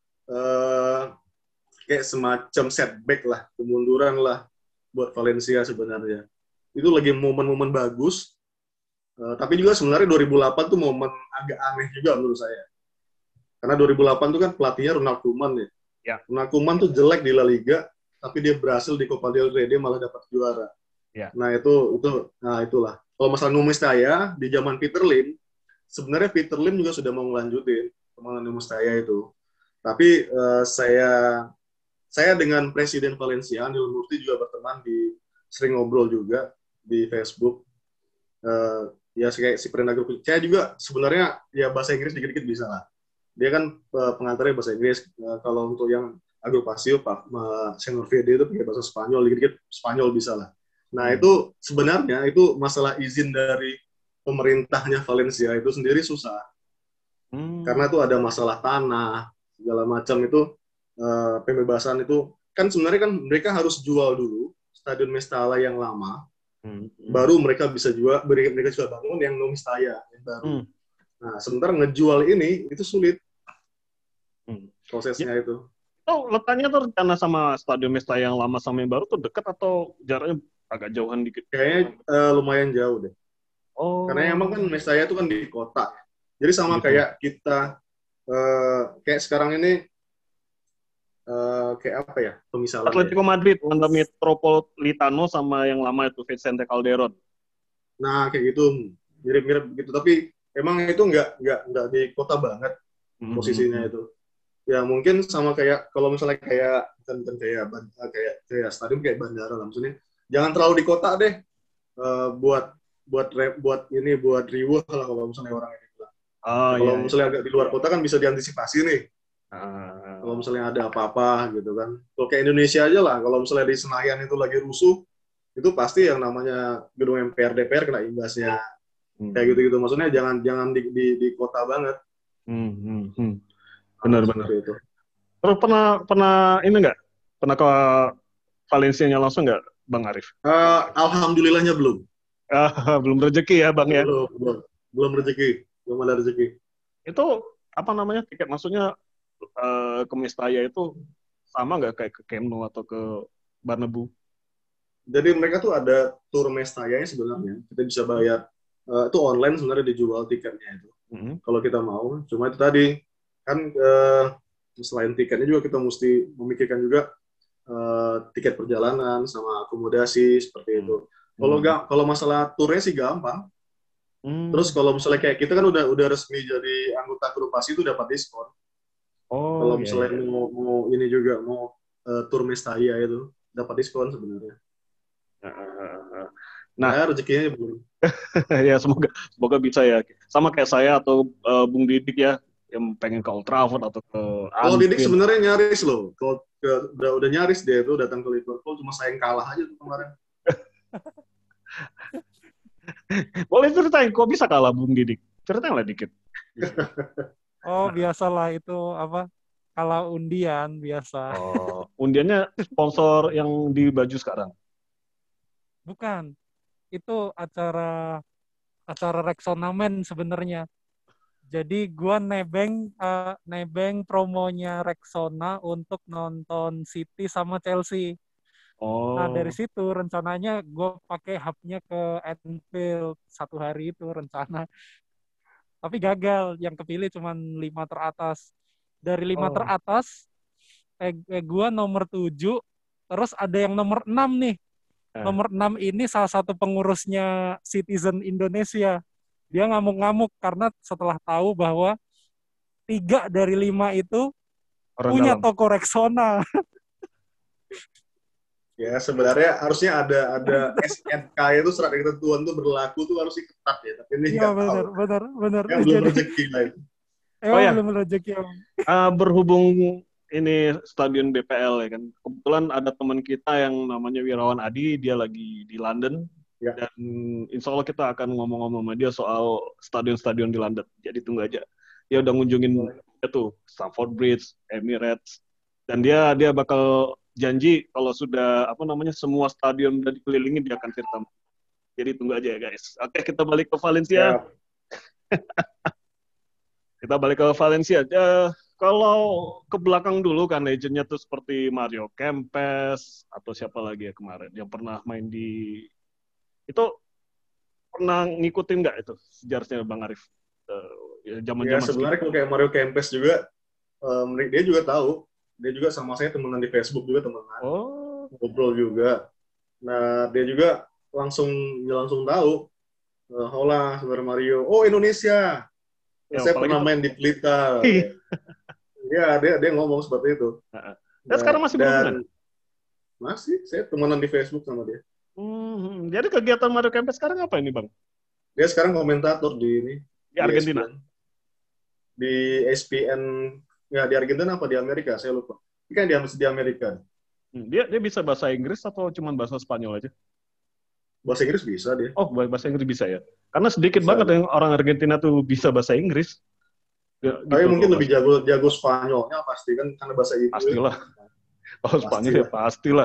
uh, kayak semacam setback lah, kemunduran lah buat Valencia sebenarnya. Itu lagi momen-momen bagus, uh, tapi juga sebenarnya dua ribu delapan tuh momen agak aneh juga menurut saya. Karena dua ribu delapan tuh kan pelatihnya Ronald Koeman ya. ya. Ronald Koeman tuh jelek di La Liga, tapi dia berhasil di Copa del Rey, dia malah dapat juara. Ya. Nah itu itu nah itulah. Kalau masalah Nou Mestalla di zaman Peter Lim, sebenarnya Peter Lim juga sudah mau melanjutin pembangunan Nou Mestalla itu. Tapi uh, saya saya dengan Presiden Valencia Anil Murti juga berteman di sering ngobrol juga di Facebook. Uh, ya kayak si Perenda Group. Saya juga sebenarnya ya bahasa Inggris dikit-dikit bisa lah. Dia kan uh, pengantarnya bahasa Inggris. Uh, kalau untuk yang Agrupasio Pak uh, Senior V D itu pakai bahasa Spanyol, dikit-dikit Spanyol bisa lah. Nah, hmm. itu sebenarnya itu masalah izin dari pemerintahnya Valencia itu sendiri susah. Hmm. Karena itu ada masalah tanah, segala macam itu, uh, pembebasan itu. Kan sebenarnya kan mereka harus jual dulu Stadion Mestalla yang lama, hmm. Hmm. baru mereka bisa jual, mereka juga bangun yang Nou Mestalla yang baru. Hmm. Nah, sementara ngejual ini, itu sulit. Hmm. Prosesnya ya. itu. Oh, letaknya tuh rencana sama Stadion Mestalla yang lama sama yang baru tuh dekat atau jaraknya agak jauhan dikit. Kayaknya uh, lumayan jauh deh. Oh. Karena emang kan Mestaya itu kan di kota. Jadi sama Gitu. kayak kita, uh, kayak sekarang ini, uh, kayak apa ya, pemisalan Atletico ya. Madrid, Wanda Metropolitano sama yang lama itu Vicente Calderon. Nah, kayak gitu, mirip-mirip begitu. Tapi emang itu nggak nggak nggak di kota banget posisinya Mm-hmm. itu. Ya mungkin sama kayak kalau misalnya kayak kan kayak kayak kayak stadion kayak bandara lah, maksudnya jangan terlalu di kota deh, uh, buat buat buat ini buat riuh lah kalau misalnya orang ini bilang. Oh Nah, kalau iya, iya. misalnya agak di luar kota kan bisa diantisipasi nih. Uh, Kalau misalnya ada apa-apa gitu kan. Kalau kayak Indonesia aja lah, kalau misalnya di Senayan itu lagi rusuh, itu pasti yang namanya gedung M P R D P R kena imbasnya. hmm. Kayak gitu-gitu. Maksudnya jangan jangan di di, di kota banget. Hmm, hmm, hmm. Nah, Benar-benar. itu. Terus pernah pernah ini nggak? Pernah ke Valencia-nya langsung nggak, Bang Arif? Uh, Alhamdulillahnya belum. Ah, belum rezeki ya, Bang ya? Belum, belum, belum rezeki, belum ada rezeki. Itu apa namanya tiket maksudnya uh, ke Mestalla itu sama nggak kayak ke Camp Nou atau ke Bernabeu? Jadi mereka tuh ada tour Mestalla-nya sebenarnya. Kita bisa bayar, uh, itu online sebenarnya dijual tiketnya itu. Mm-hmm. Kalau kita mau, cuma itu tadi kan uh, selain tiketnya juga kita mesti memikirkan juga uh, tiket perjalanan sama akomodasi seperti itu. Mm-hmm. Kalau nggak, kalau masalah turnya sih gampang. Mm-hmm. Terus kalau misalnya kayak kita kan udah udah resmi jadi anggota grup A S I itu dapat diskon. Oh, kalau iya, misalnya iya. mau, mau ini juga mau uh, tur Mestalla itu dapat diskon sebenarnya. Nah, ya rezekinya belum. ya semoga semoga bisa ya. Sama kayak saya atau uh, Bung Didik ya yang pengen ke Old Trafford atau ke Kalau Didik Anfield. sebenarnya nyaris loh. Kalau udah udah nyaris dia tuh datang ke Liverpool, cuma sayang kalah aja tuh kemarin. Boleh ceritain kok bisa kalah Bung Didik? Ceritain lah dikit. Oh, biasalah itu apa? Kalau undian biasa. Oh, undiannya sponsor yang di baju sekarang. Bukan. Itu acara acara Rexonamen sebenarnya. Jadi gua nebeng uh, nebeng promonya Rexona untuk nonton City sama Chelsea. Oh. Nah, dari situ rencananya gue pakai hubnya ke Anfield satu hari itu rencana. Tapi gagal, yang kepilih cuma lima teratas. Dari lima Oh. teratas, eh, eh gue nomor tujuh, terus ada yang nomor enam nih. Eh. Nomor enam ini salah satu pengurusnya Citizen Indonesia. Dia ngamuk-ngamuk karena setelah tahu bahwa tiga dari lima itu orang punya dalam toko Rexona. Ya sebenarnya harusnya ada ada S N K itu surat ketentuan tuh berlaku tuh harusnya ketat ya, tapi ini nggak ya, benar, tahu. benar, benar. Ya, belum rezeki lah itu. Eh, oh ya, belum rezeki. Uh, berhubung ini stadion B P L ya kan, kebetulan ada teman kita yang namanya Wirawan Adi, dia lagi di London. Ya. Dan insya Allah kita akan ngomong-ngomong sama dia soal stadion-stadion di London. Jadi tunggu aja. Dia udah ngunjungin itu Stamford Bridge, Emirates, dan dia dia bakal janji kalau sudah apa namanya semua stadion udah dikelilingi dia akan cerita. Jadi tunggu aja ya guys. Oke, kita balik ke Valencia. Yeah. Kita balik ke Valencia. Uh, kalau ke belakang dulu kan legendnya tuh seperti Mario Kempes atau siapa lagi ya kemarin yang pernah main di itu pernah ngikutin nggak itu sejarahnya Bang Arif? Uh, ya, ya sebenarnya kalau kayak Mario Kempes juga, um, dia juga tahu, dia juga sama saya temenan di Facebook juga temenan, oh. ngobrol juga. Nah dia juga langsung langsung tahu, uh, hola saudara Mario, oh Indonesia, ya, saya pernah itu main di Pelita. Ya dia dia ngomong seperti itu. Nah, nah sekarang masih berhubungan? Masih, saya temenan di Facebook sama dia. Hmm, jadi kegiatan Mario Kempes sekarang apa ini, Bang? Dia sekarang komentator di ini. Di Argentina? Di E S P N, ya di Argentina apa di Amerika, saya lupa. Ini kan dia masih di Amerika. Hmm, dia dia bisa bahasa Inggris atau cuma bahasa Spanyol aja? Bahasa Inggris bisa dia. Oh, bahasa Inggris bisa ya? Karena sedikit bisa, banget ya. Yang orang Argentina tuh bisa bahasa Inggris. Ya, tapi gitu mungkin lebih jago jago Spanyolnya pasti kan, karena bahasa Inggris. Pastilah. Oh, Spanyol ya pastilah.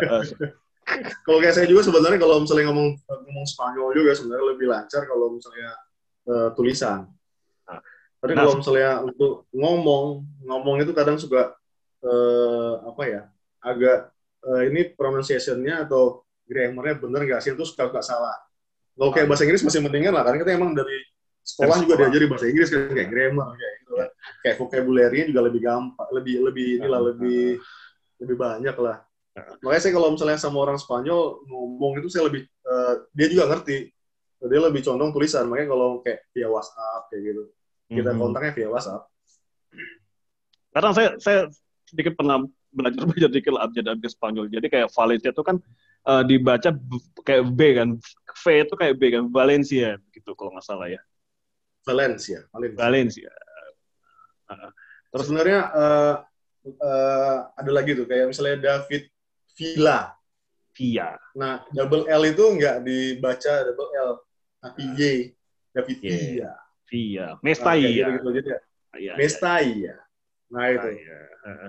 Kalau kayak saya juga sebenarnya kalau misalnya ngomong ngomong Spanyol juga sebenarnya lebih lancar kalau misalnya uh, tulisan. Nah, tapi nah, kalau misalnya untuk ngomong ngomong itu kadang suka uh, apa ya agak uh, ini pronunciation-nya atau grammarnya bener nggak sih, itu suka nggak salah. Kalau kayak Ah, bahasa Inggris masih mendingan lah, karena kita emang dari sekolah dari juga sekolah. diajari bahasa Inggris kan, kayak grammar kayak gitu kan. Kayak vocabulary-nya juga lebih gampang, lebih lebih inilah Ah, lebih lebih banyak lah. Makanya saya kalau misalnya sama orang Spanyol ngomong itu saya lebih eh, dia juga ngerti. Dia lebih condong tulisan. Makanya kalau kayak via WhatsApp kayak gitu, kita mhm. kontaknya via WhatsApp. Karena saya saya sedikit pernah belajar belajar dikit lah abjad-abjad Spanyol. Jadi kayak Valencia itu kan eh, dibaca b- kayak B kan, V itu kayak B kan, Valencia gitu kalau nggak salah ya, Valencia, Valencia. Valencia. Ah, terus Sebenarnya eh, eh, ada lagi tuh kayak misalnya David Villa. Via, Nah, double L itu nggak dibaca double L, tapi Y. David yeah, Villa. Via, Nah, kayak Mestalla, gitu-gitu jadi ya. ya ya Mestalla. Nah, itu ya,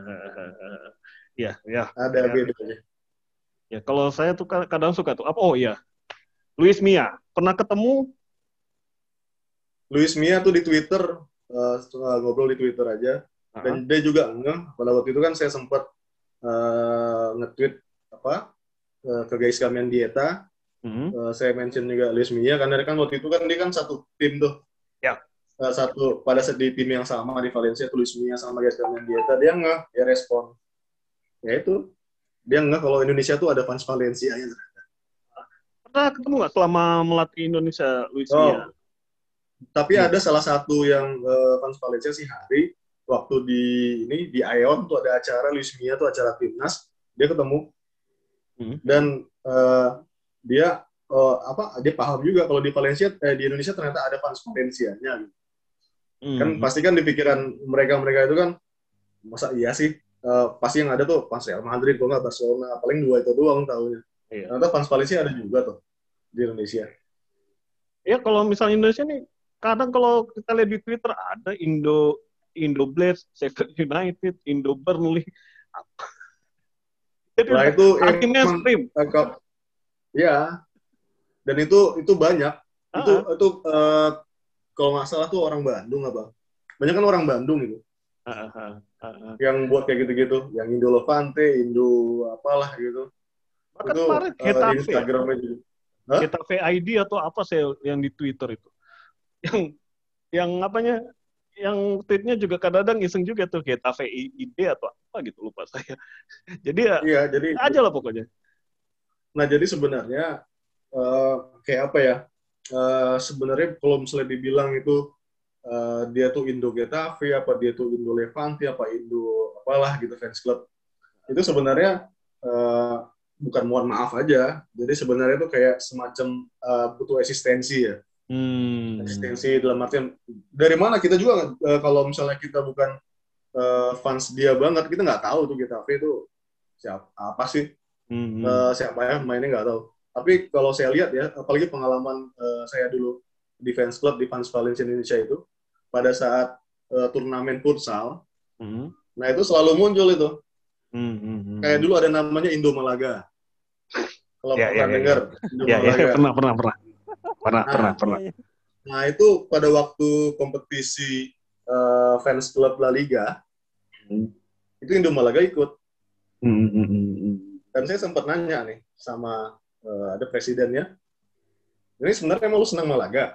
ya ya ada ya. bedanya. Ya, kalau saya tuh kadang suka tuh apa? Oh iya, Luis Mia pernah ketemu? Luis Mia tuh di Twitter, uh, ngobrol di Twitter aja. Ah, Dan dia juga ngeh, pada waktu itu kan saya sempat uh, nge-tweet apa, uh, ke guys kalian dieta, mhm. uh, saya mention juga Luis Mia, karena kan waktu itu kan dia kan satu tim tuh, Ya, uh, satu, pada saat di tim yang sama di Valencia, tuh Luis Mia sama guys kalian dieta, dia ngeh, dia respon. Ya itu, dia ngeh kalau Indonesia tuh ada fans Valencia. Ya. pernah ketemu nggak selama melatih Indonesia Luis Mia? Oh, tapi Belum. ada salah satu yang uh, fans Valencia sih Hari, waktu di ini di Ion tuh ada acara Luis Mia tuh acara timnas, dia ketemu Mhm. dan uh, dia uh, apa dia paham juga kalau di Valencia eh, di Indonesia ternyata ada fans Valencianya gitu. Kan Mhm. pasti kan di pikiran mereka-mereka itu kan masa iya sih uh, pasti yang ada tuh fans Real Madrid kalau nggak Barcelona paling dua itu doang tahunya. Iya. Ternyata fans Valencia ada juga tuh di Indonesia. Ya kalau misalnya Indonesia nih, kadang kalau kita lihat di Twitter ada Indo Indo Blades, Sheffield United, Indo Burnley. Jadi Lah udah itu anti emang mainstream. uh, kalau- ya dan itu itu banyak itu Ah, itu uh, kalau nggak salah tuh orang Bandung apa banyak kan orang Bandung itu ah, ah, ah, ah. yang buat kayak gitu-gitu yang Indo Levante Indo apalah gitu Bahkan itu kemarin uh, di Getafe ya, Instagramnya juga. Hah? Getafe I D atau apa saya yang di Twitter itu, yang yang apanya, yang tweetnya juga kadang-kadang iseng juga tuh Getafe I D atau apa gitu lupa saya. Jadi ya Iya jadi aja lah pokoknya. nah jadi sebenarnya uh, kayak apa ya uh, sebenarnya kalau misalnya dibilang itu uh, dia tuh Indo Getafe apa dia tuh Indo Levante apa Indo apalah gitu fans club itu sebenarnya uh, bukan mohon maaf aja. Jadi sebenarnya itu kayak semacam uh, butuh eksistensi ya. Hmm. Eksistensi dalam artian dari mana kita juga uh, kalau misalnya kita bukan uh, fans dia banget, kita nggak tahu tuh Getafe itu siapa apa sih Hmm. uh, siapa ya mainnya nggak tahu. Tapi kalau saya lihat ya, apalagi pengalaman uh, saya dulu di fans club di fans Valencia Indonesia itu pada saat uh, turnamen futsal, Hmm. nah itu selalu muncul itu. Hmm. Hmm. Hmm. Kayak dulu ada namanya Indo Malaga. Kalau Ya, ya, pernah ya, ya. dengar Indo Ya, ya, Malaga. pernah, pernah, pernah, pernah, Nah, pernah, pernah. Iya, iya. nah itu pada waktu kompetisi uh, fans club La Liga, Hmm. itu Indo Malaga ikut. Hmm. Hmm. Hmm. Dan saya sempat nanya nih sama uh, ada presidennya, ini sebenarnya emang lu senang Malaga?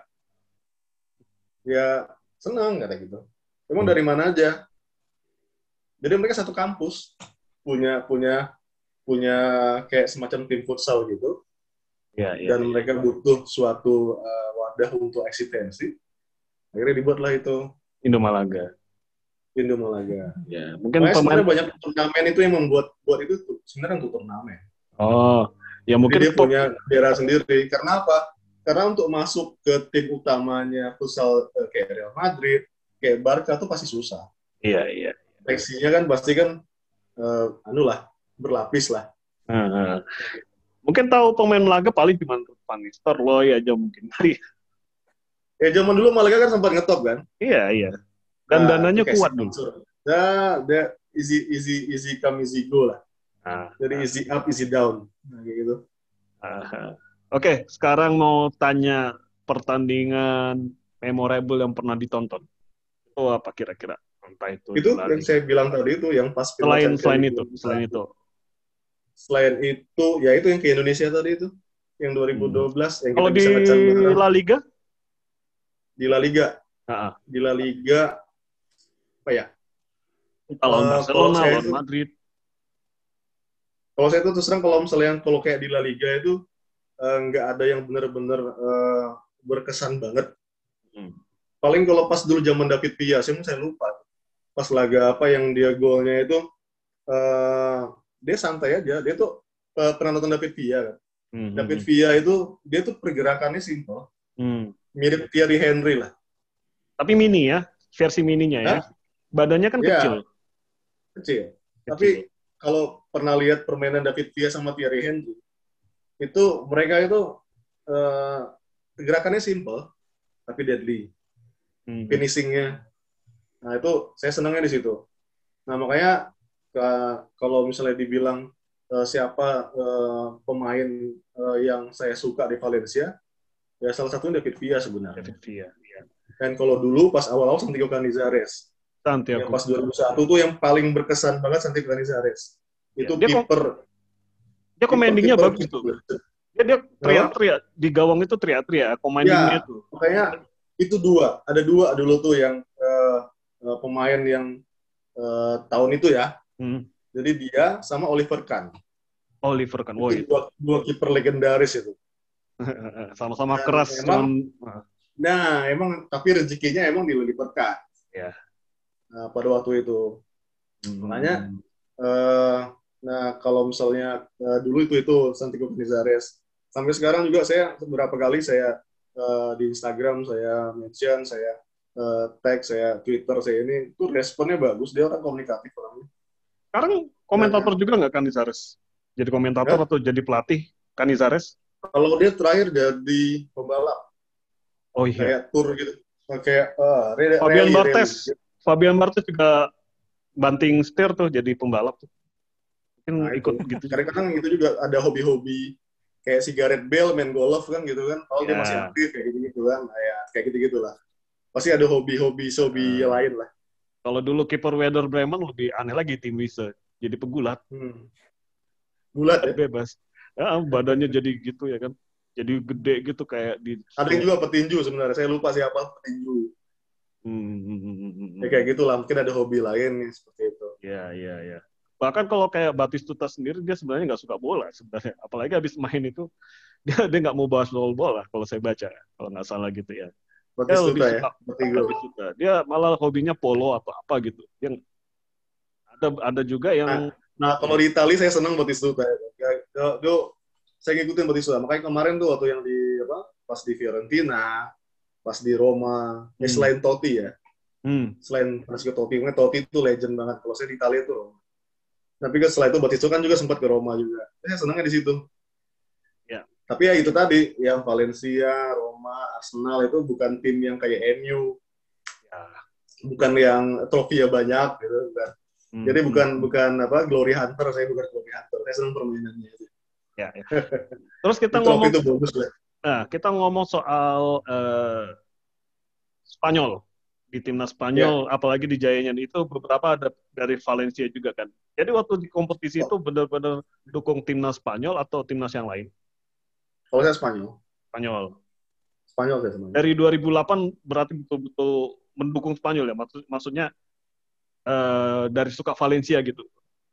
Ya senang kata gitu. Emang Hmm. dari mana aja? Jadi mereka satu kampus punya punya punya kayak semacam tim futsal gitu. Ya, ya, Dan ya. mereka butuh suatu uh, wadah untuk eksistensi. Akhirnya dibuatlah itu Indo Malaga. Indo Malaga. Ya, mungkin Makanya pemain. sebenarnya banyak turnamen itu yang membuat buat itu tuh, sebenarnya untuk turnamen. Oh, ya Jadi mungkin dia pop. punya daerah sendiri. Karena apa? Karena untuk masuk ke tim utamanya futsal eh, kayak Real Madrid, kayak Barca tuh pasti susah. Iya, iya. Seleksinya kan pasti kan uh, anu lah, berlapis lah. Uh, uh. Mungkin tahu pemain Malaga paling cuma Van Nistelrooy aja mungkin. Ya zaman dulu Malaga kan sempat ngetop kan. Iya, iya. Dan Nah, dananya itu kayak kuat si dulu. Nah, dia easy easy easy come easy go lah. Nah, Jadi nah. easy up easy down. Nah, kayak gitu. Uh, uh. Oke, okay, sekarang mau tanya pertandingan memorable yang pernah ditonton. Itu apa kira-kira? Entah itu Itu di La yang Liga. saya bilang tadi itu yang pas final Selain champion selain di itu, selain itu. selain itu, ya itu yang ke Indonesia tadi itu, yang dua ribu dua belas Hmm. yang Kalau kita di bisa ngecan bareng La Liga? di La Liga. Ah, Di La Liga apa ya? entah lawan Eh, kalau Barcelona, saya lawan itu, Madrid. kalau saya itu terus terang kalau misalnya kalau kayak di La Liga itu eh, nggak ada yang benar-benar eh, berkesan banget. Hmm. Paling kalau pas dulu zaman David Villa, saya saya lupa. Pas laga apa yang dia golnya itu, eh, dia santai aja. Dia tuh eh, pernah nonton David Villa kan. Hmm. David Hmm. Villa itu dia tuh pergerakannya simpel, Hmm. mirip Thierry Henry lah. Tapi mini ya, versi mininya ya. Hah? Badannya kan Ya, kecil. kecil. Kecil. Tapi kalau pernah lihat permainan David Villa sama Thierry Henry, itu mereka itu eh, gerakannya simple tapi deadly, Hmm. finishingnya. Nah itu saya senangnya di situ. Nah makanya ke- kalau misalnya dibilang eh, siapa eh, pemain eh, yang saya suka di Valencia, ya salah satunya David Villa sebenarnya. David Villa. Ya. Dan kalau dulu pas awal-awal Santiago Canizares, yang Santiago. pas dua ribu satu tuh yang paling berkesan banget Santiago Canizares. Ya. Itu Dia kom kiper dia kiper commandingnya kiper bagus tuh. Dia dia teriak-teriak di gawang itu teriak-teriak commandingnya ya, tuh. makanya itu dua, ada dua dulu tuh yang uh, uh, pemain yang uh, tahun itu ya. Hmm. Jadi dia sama Oliver Kahn. Oliver Kahn, oh itu. Dua, dua kiper legendaris itu. Sama-sama Dan keras. Emang, cuman, nah emang tapi rezekinya emang di Oliver Kahn. ya. Nah, pada waktu itu. Hmm. Makanya, uh, nah kalau misalnya uh, dulu itu itu Santiago Canizares. Sampai sekarang juga saya beberapa kali saya uh, di Instagram saya mention, saya uh, tag, saya Twitter, saya ini itu responnya bagus. Dia orang komunikatif orangnya. Sekarang komentator Nah, juga nggak Canizares? Jadi komentator ya, atau jadi pelatih Canizares? kalau dia terakhir jadi pembalap Oh iya. kayak tour gitu, kayak uh, rally, Fabian rally. Barthez. Fabian Barthez juga banting setir tuh jadi pembalap tuh. Mungkin Nah ikut itu gitu. kadang-kadang itu juga ada hobi-hobi kayak si Gareth Bale main golf kan gitu kan, kalau dia masih Ya. aktif kayak gitu gitu kan, nah, ya, kayak gitu gitulah. Pasti ada hobi-hobi hobi Uh, lain lah. kalau dulu kiper Werder Bremen lebih aneh lagi, tim bisa jadi pegulat. Hmm. Bulat ya. Bebas. Ya, badannya jadi gitu ya kan. Jadi gede gitu kayak di. Ada yang juga petinju sebenarnya. Saya lupa siapa petinju. Hmm. Ya kayak gitulah. Mungkin ada hobi lain nih seperti itu. Ya, ya, ya. Bahkan kalau kayak Batistuta sendiri dia sebenarnya nggak suka bola sebenarnya. Apalagi habis main itu dia dia nggak mau bahas soal bola kalau saya baca kalau nggak salah gitu ya. Dia lebih Batistuta ya. suka Batigo. Batistuta. Dia malah hobinya polo atau apa gitu. Yang ada ada juga yang. Nah, nah kalau di Italia saya senang Batistuta. Ya, ya, ya, saya ngikutin Batistuta. Makanya kemarin tuh waktu yang di apa? Pas di Fiorentina, pas di Roma, hmm. ya selain Totti ya. Hmm. Selain Francesco Totti, mungkin Totti itu legend banget. Kalau saya di Italia tuh. Tapi kan setelah itu Batistuta kan juga sempat ke Roma juga. Saya senangnya di situ. Ya. Tapi ya itu tadi, yang Valencia, Roma, Arsenal itu bukan tim yang kayak M U. Ya. Bukan yang trofinya banyak gitu kan. Hmm. Jadi bukan hmm. bukan apa glory hunter, saya bukan glory hunter. Saya senang permainannya aja. Ya, ya. Terus kita ngomong itu bagus lah. Nah, kita ngomong soal uh, Spanyol. Di timnas Spanyol, yeah. apalagi di Jayanya itu beberapa ada dari Valencia juga kan. Jadi waktu di kompetisi oh. itu benar-benar dukung timnas Spanyol atau timnas yang lain? Kalau saya Spanyol. Spanyol. Spanyol saya Spanyol. Dari dua ribu delapan berarti betul-betul mendukung Spanyol ya? Maksud, maksudnya uh, dari suka Valencia gitu.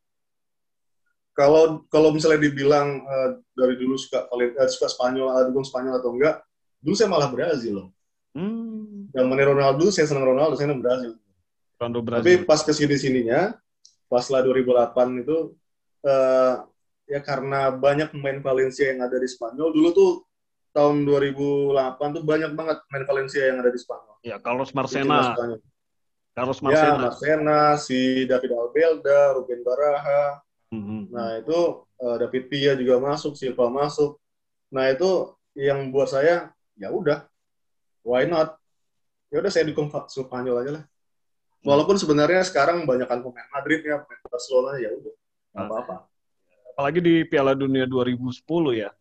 Kalau kalau misalnya dibilang uh, dari dulu suka uh, suka Spanyol, uh, dukung Spanyol atau enggak, dulu saya malah Brazil loh. Hmm. Yang mana Ronaldo, saya senang Ronaldo, saya senang Brazil. Ronaldo Brazil. Tapi pas kesini-sininya, pas lah dua ribu delapan itu, uh, ya karena banyak pemain Valencia yang ada di Spanyol, dulu tuh tahun dua ribu delapan tuh banyak banget pemain Valencia yang ada di Spanyol. Ya, Carlos Marcena. Carlos Marcena. Ya, Marcena, si David Albelda, Ruben Baraja. Mm-hmm. Nah, itu uh, David Villa juga masuk, Silva masuk. Nah, itu yang buat saya, ya udah. Why not? Ya udah saya dukung Spanyol aja lah. Walaupun sebenarnya sekarang banyakkan pemain Madrid ya, pemain Barcelona ya udah, nggak apa-apa. Apalagi di Piala Dunia dua ribu sepuluh ya.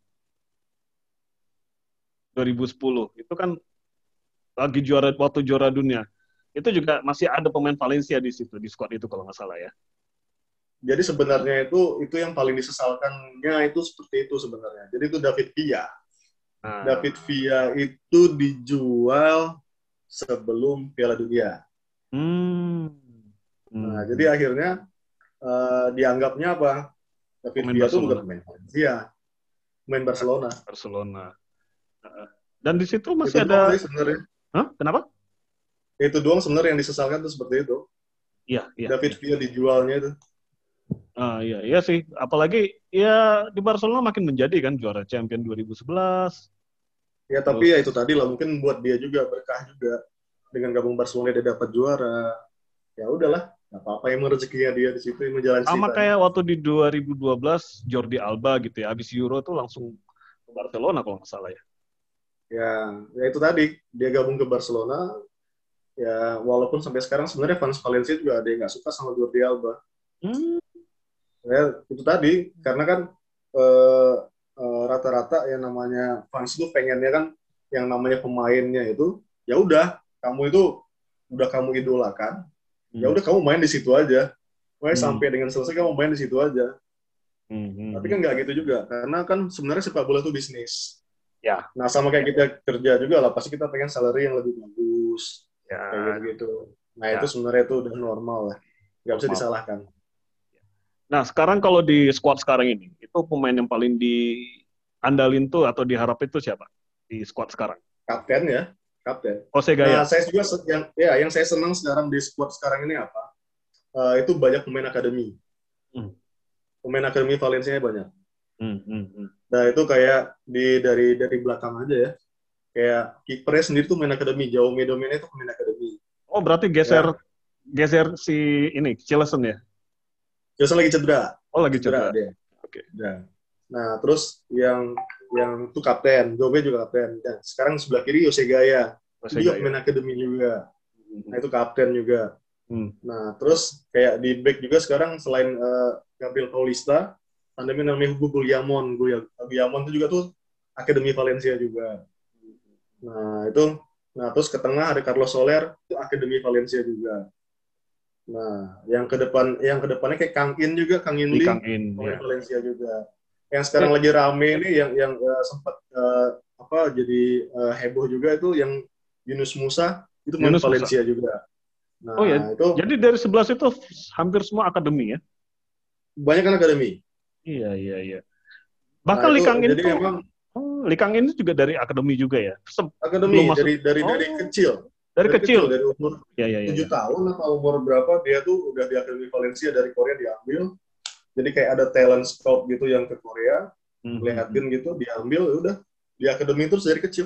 dua ribu sepuluh itu kan lagi juara waktu juara dunia. Itu juga masih ada pemain Valencia di situ di squad itu kalau nggak salah ya. jadi sebenarnya itu itu yang paling disesalkannya itu seperti itu sebenarnya. Jadi itu David Villa. Ah. David Villa itu dijual sebelum Piala Dunia. Hmm. Nah, Hmm. jadi akhirnya uh, dianggapnya apa? David Pemain Villa itu Barcelona. bukan pemain Valencia, pemain Barcelona. Barcelona. Dan di situ Itu masih doang ada. sih sebenarnya. Hah? Kenapa? Itu doang sebenarnya yang disesalkan itu seperti itu. Iya, iya. David iya. Villa dijualnya itu. Ah, iya, iya sih. Apalagi ya di Barcelona makin menjadi kan juara Champion dua ribu sebelas. Ya tapi Terus, ya itu tadi lah, mungkin buat dia juga berkah juga dengan gabung Barcelona dia dapat juara. Ya udahlah, nggak apa-apa, emang rezekinya dia di situ, emang jalan sama ceritanya. kayak waktu di dua ribu dua belas Jordi Alba gitu ya, habis Euro tuh langsung ke Barcelona kalau nggak salah ya. Ya, ya itu tadi dia gabung ke Barcelona. Ya walaupun sampai sekarang sebenarnya fans Valencia juga ada yang nggak suka sama Jordi Alba. Hmm. Ya itu tadi karena kan eh, eh, rata-rata yang namanya fans itu pengennya kan yang namanya pemainnya itu ya udah kamu itu udah kamu idolakan, ya Hmm. udah kamu main di situ aja. Wah, Hmm. sampai dengan selesai kamu main di situ aja. Hmm. Hmm. Tapi kan nggak gitu juga, karena kan sebenarnya sepak bola itu bisnis. Ya. Nah, sama kayak kita kerja juga lah, pasti kita pengen salary yang lebih bagus, Ya. kayak gitu-gitu. Nah, Ya. itu sebenarnya itu udah normal lah, nggak bisa Normal. disalahkan. Nah, sekarang kalau di squad sekarang ini, itu pemain yang paling diandalin tuh atau diharapin itu siapa di squad sekarang? Kapten ya, kapten. Jose Nah, Gaya. saya juga se- yang ya yang saya senang sekarang di squad sekarang ini apa? Uh, itu banyak pemain akademi. Hmm. Pemain akademi Valencia banyak. Hmm. Hmm. Hmm. Nah, itu kayak di dari dari belakang aja ya. Kayak kipernya sendiri tuh main akademi, Jaume Domene itu pemain akademi. Oh, berarti geser Ya. geser si ini Chilesen ya? Biasa lagi cedera. Oh, lagi Cedera cedera. dia. Oke. Nah, nah, terus yang yang itu kapten, Jaume juga kapten. Dan sekarang sebelah kiri Jose Gaya. Jose Itu juga Gaya. pemain akademi juga. Hmm. Nah, itu kapten juga. Hmm. Nah, terus kayak di back juga sekarang selain uh, Gabriel Paulista, tandemnya namanya Hugo Guillamon. Guillamon itu juga tuh akademi Valencia juga. Nah, itu nah terus ke tengah ada Carlos Soler, itu akademi Valencia juga. Nah, yang ke depan yang ke depannya kayak Kang In juga, Kang In Di Lee, Kang In, pemain ya. Valencia juga. Yang sekarang lagi rame ini yang yang uh, sempat uh, apa jadi uh, heboh juga itu yang Yunus Musa, itu main Yunus Musa. Valencia juga. Nah, Oh ya, itu jadi dari sebelas itu hampir semua akademi ya? banyak kan akademi. Iya, iya, iya. Bahkan Nah, Lee itu Kang In jadi tuh, emang oh, Lee Kang In itu juga dari akademi juga ya? Sebelum akademi masuk. dari dari Oh, dari kecil. dari, Dari kecil. kecil, dari umur Ya, ya, ya, tujuh ya. tahun atau umur berapa dia tuh udah di akademi Valencia dari Korea diambil. Jadi kayak ada talent scout gitu yang ke Korea, Hmm. liatin gitu, diambil, ya udah di akademi terus dari kecil.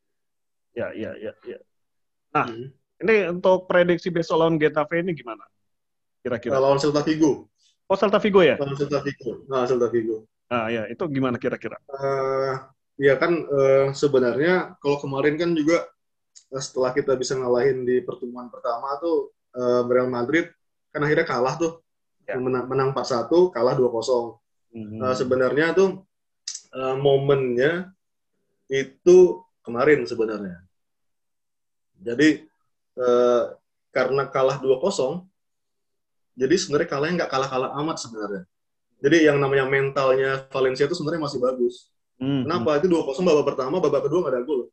Ya, ya, ya, ya. Nah, Hmm. ini untuk prediksi besok lawan Getafe ini gimana? Kira-kira. Nah, lawan Celta Vigo. Oh, Celta Vigo ya? Lawan Celta Vigo. Nah, Celta Vigo. Nah, ya, itu gimana kira-kira? Uh, ya kan uh, sebenarnya kalau kemarin kan juga uh, setelah kita bisa ngalahin di pertemuan pertama tuh uh, Real Madrid kan akhirnya kalah tuh. Ya. Menang, menang empat satu, kalah dua kosong. Hmm. Uh, sebenarnya tuh uh, momennya itu kemarin sebenarnya. Jadi uh, karena kalah dua kosong, jadi sebenarnya kalahnya nggak kalah-kalah amat sebenarnya. Jadi yang namanya mentalnya Valencia itu sebenarnya masih bagus. Hmm. Kenapa? Itu dua kosong babak pertama, babak kedua nggak ada gol.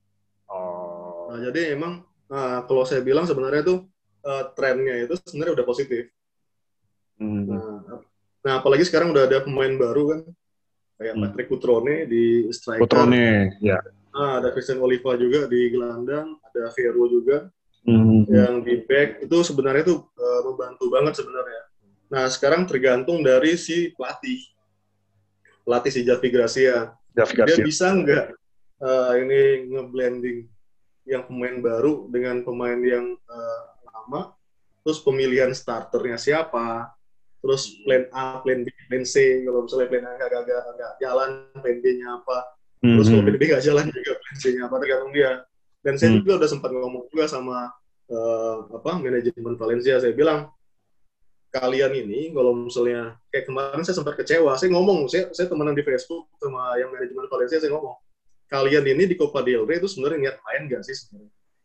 Oh. Nah, jadi emang nah, kalau saya bilang sebenarnya tuh uh, trennya itu sebenarnya udah positif. Hmm. Nah, nah, apalagi sekarang udah ada pemain baru kan, kayak Hmm. Patrick Cutrone di striker. Cutrone, ya. Nah, ada Christian Oliva juga di gelandang, ada Vero juga Hmm. yang di back. Itu sebenarnya tuh uh, membantu banget sebenarnya. Nah, sekarang tergantung dari si pelatih. Pelatih si Javi Gracia. Javi Dia Gracia. bisa nggak uh, ini ngeblending yang pemain baru dengan pemain yang uh, lama, terus pemilihan starternya siapa, terus plan A, plan B, plan C, kalau misalnya plan A nggak nggak jalan, plan B-nya apa, terus kalau plan B nggak jalan juga plan C-nya apa, tergantung dia. Dan saya Hmm. juga udah sempat ngomong juga sama uh, apa manajemen Valencia, saya bilang kalian ini kalau misalnya kayak kemarin saya sempat kecewa, saya ngomong, saya saya temenan di Facebook sama yang manajemen Valencia, saya ngomong kalian ini di Copa del Rey itu sebenarnya niat main nggak sih sebenarnya?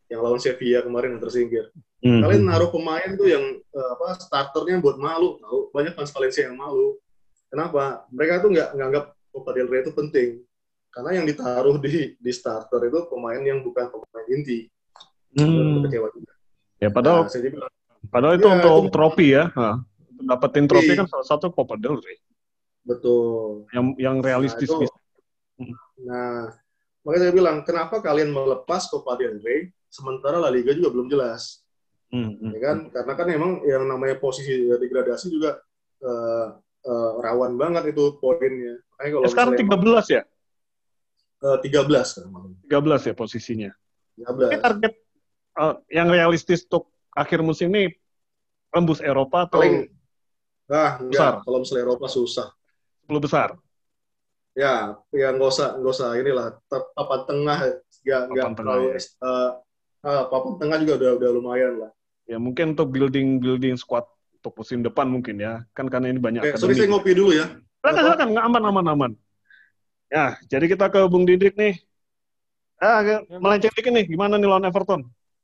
yang lawan Sevilla kemarin yang tersingkir. Hmm. Kalian naruh pemain tuh yang uh, apa starternya buat malu, tahu? Banyak fans Valencia yang malu. Kenapa? Mereka tuh nggak nganggap Copa del Rey itu penting. Karena yang ditaruh di di starter itu pemain yang bukan pemain inti. Hmm. Kecewa juga. Ya padahal Nah, saya juga, padahal itu ya, untuk itu, trofi ya. Nah, dapetin trofi iya. kan salah satu Copa del Rey. Betul. Yang yang realistis Nah, itu, bisa. nah, makanya saya bilang, kenapa kalian melepas Copa del Rey sementara La Liga juga belum jelas? Hmm, hmm, Ya kan? hmm. Karena kan emang yang namanya posisi degradasi juga uh, uh, rawan banget itu poinnya. Makanya kalau Ya, sekarang misalnya tiga belas ya? Uh, tiga belas kan? tiga belas ya posisinya. tiga belas. Ini target uh, yang realistis untuk akhir musim ini tembus Eropa atau paling ah enggak, besar? kalau misalnya Eropa susah. sepuluh besar. Ya, ya nggak usah nggak usah inilah papan tengah ya nggak terlalu ya. uh, uh, papan tengah juga udah udah lumayan lah. Ya mungkin untuk building building squad untuk musim depan mungkin ya. Kan karena ini banyak Eh, akademi. sorry saya ngopi dulu ya. Silakan silakan, nggak aman aman aman. Ya, jadi kita ke Bung Didrik nih. Ah, melenceng dikit nih, gimana nih lawan Everton?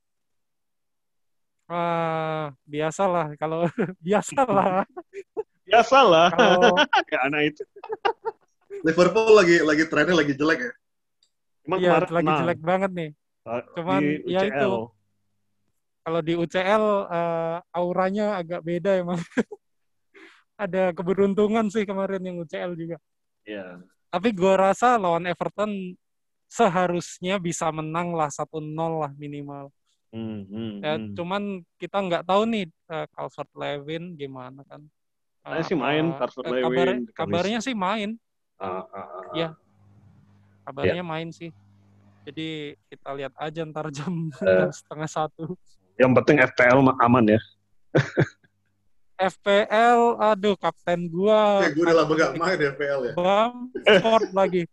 Ah, biasalah kalau biasalah. Biasalah. Kalau kayak anak itu. Liverpool lagi lagi trennya lagi jelek ya. Emang iya, kemarin lagi menang. jelek banget nih. Uh, Cuman di ya itu. Kalau di U C L uh, auranya agak beda emang. Ada keberuntungan sih kemarin yang U C L juga. Iya. Tapi gue rasa lawan Everton seharusnya bisa menang lah satu nol lah minimal. Hmm, hmm, Ya, hmm. cuman kita nggak tahu nih uh, Calvert-Lewin gimana kan. Saya uh, sih main Calvert-Lewin. Uh, kabar, kabarnya sih main. Uh, uh, uh. Ya, kabarnya yeah. main sih. Jadi kita lihat aja ntar jam, uh. jam setengah satu. Yang penting F P L aman ya. F P L, aduh kapten gua. Ya, gue udah lama gak main F P L ya. Bamford lagi.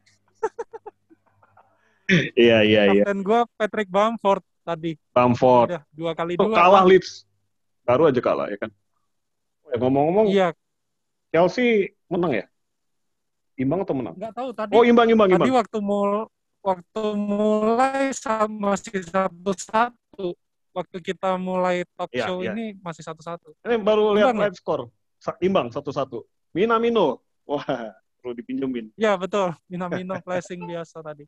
Iya iya iya. Kapten gua Patrick Bamford tadi. Bamford. Udah dua kali oh, dua. Kalah lah. Leeds. Baru aja kalah ya kan. Ya, ngomong-ngomong. Iya. Chelsea menang ya? Imbang atau menang? Nggak tahu tadi. Oh imbang imbang tadi imbang. waktu mul waktu mulai masih satu-satu. Waktu kita mulai talk ya, show ya. ini masih satu-satu. Ini baru lihat live ya? score. Imbang satu-satu. Minamino. Wah, perlu dipinjemin. Ya, betul. Minamino flashing biasa tadi.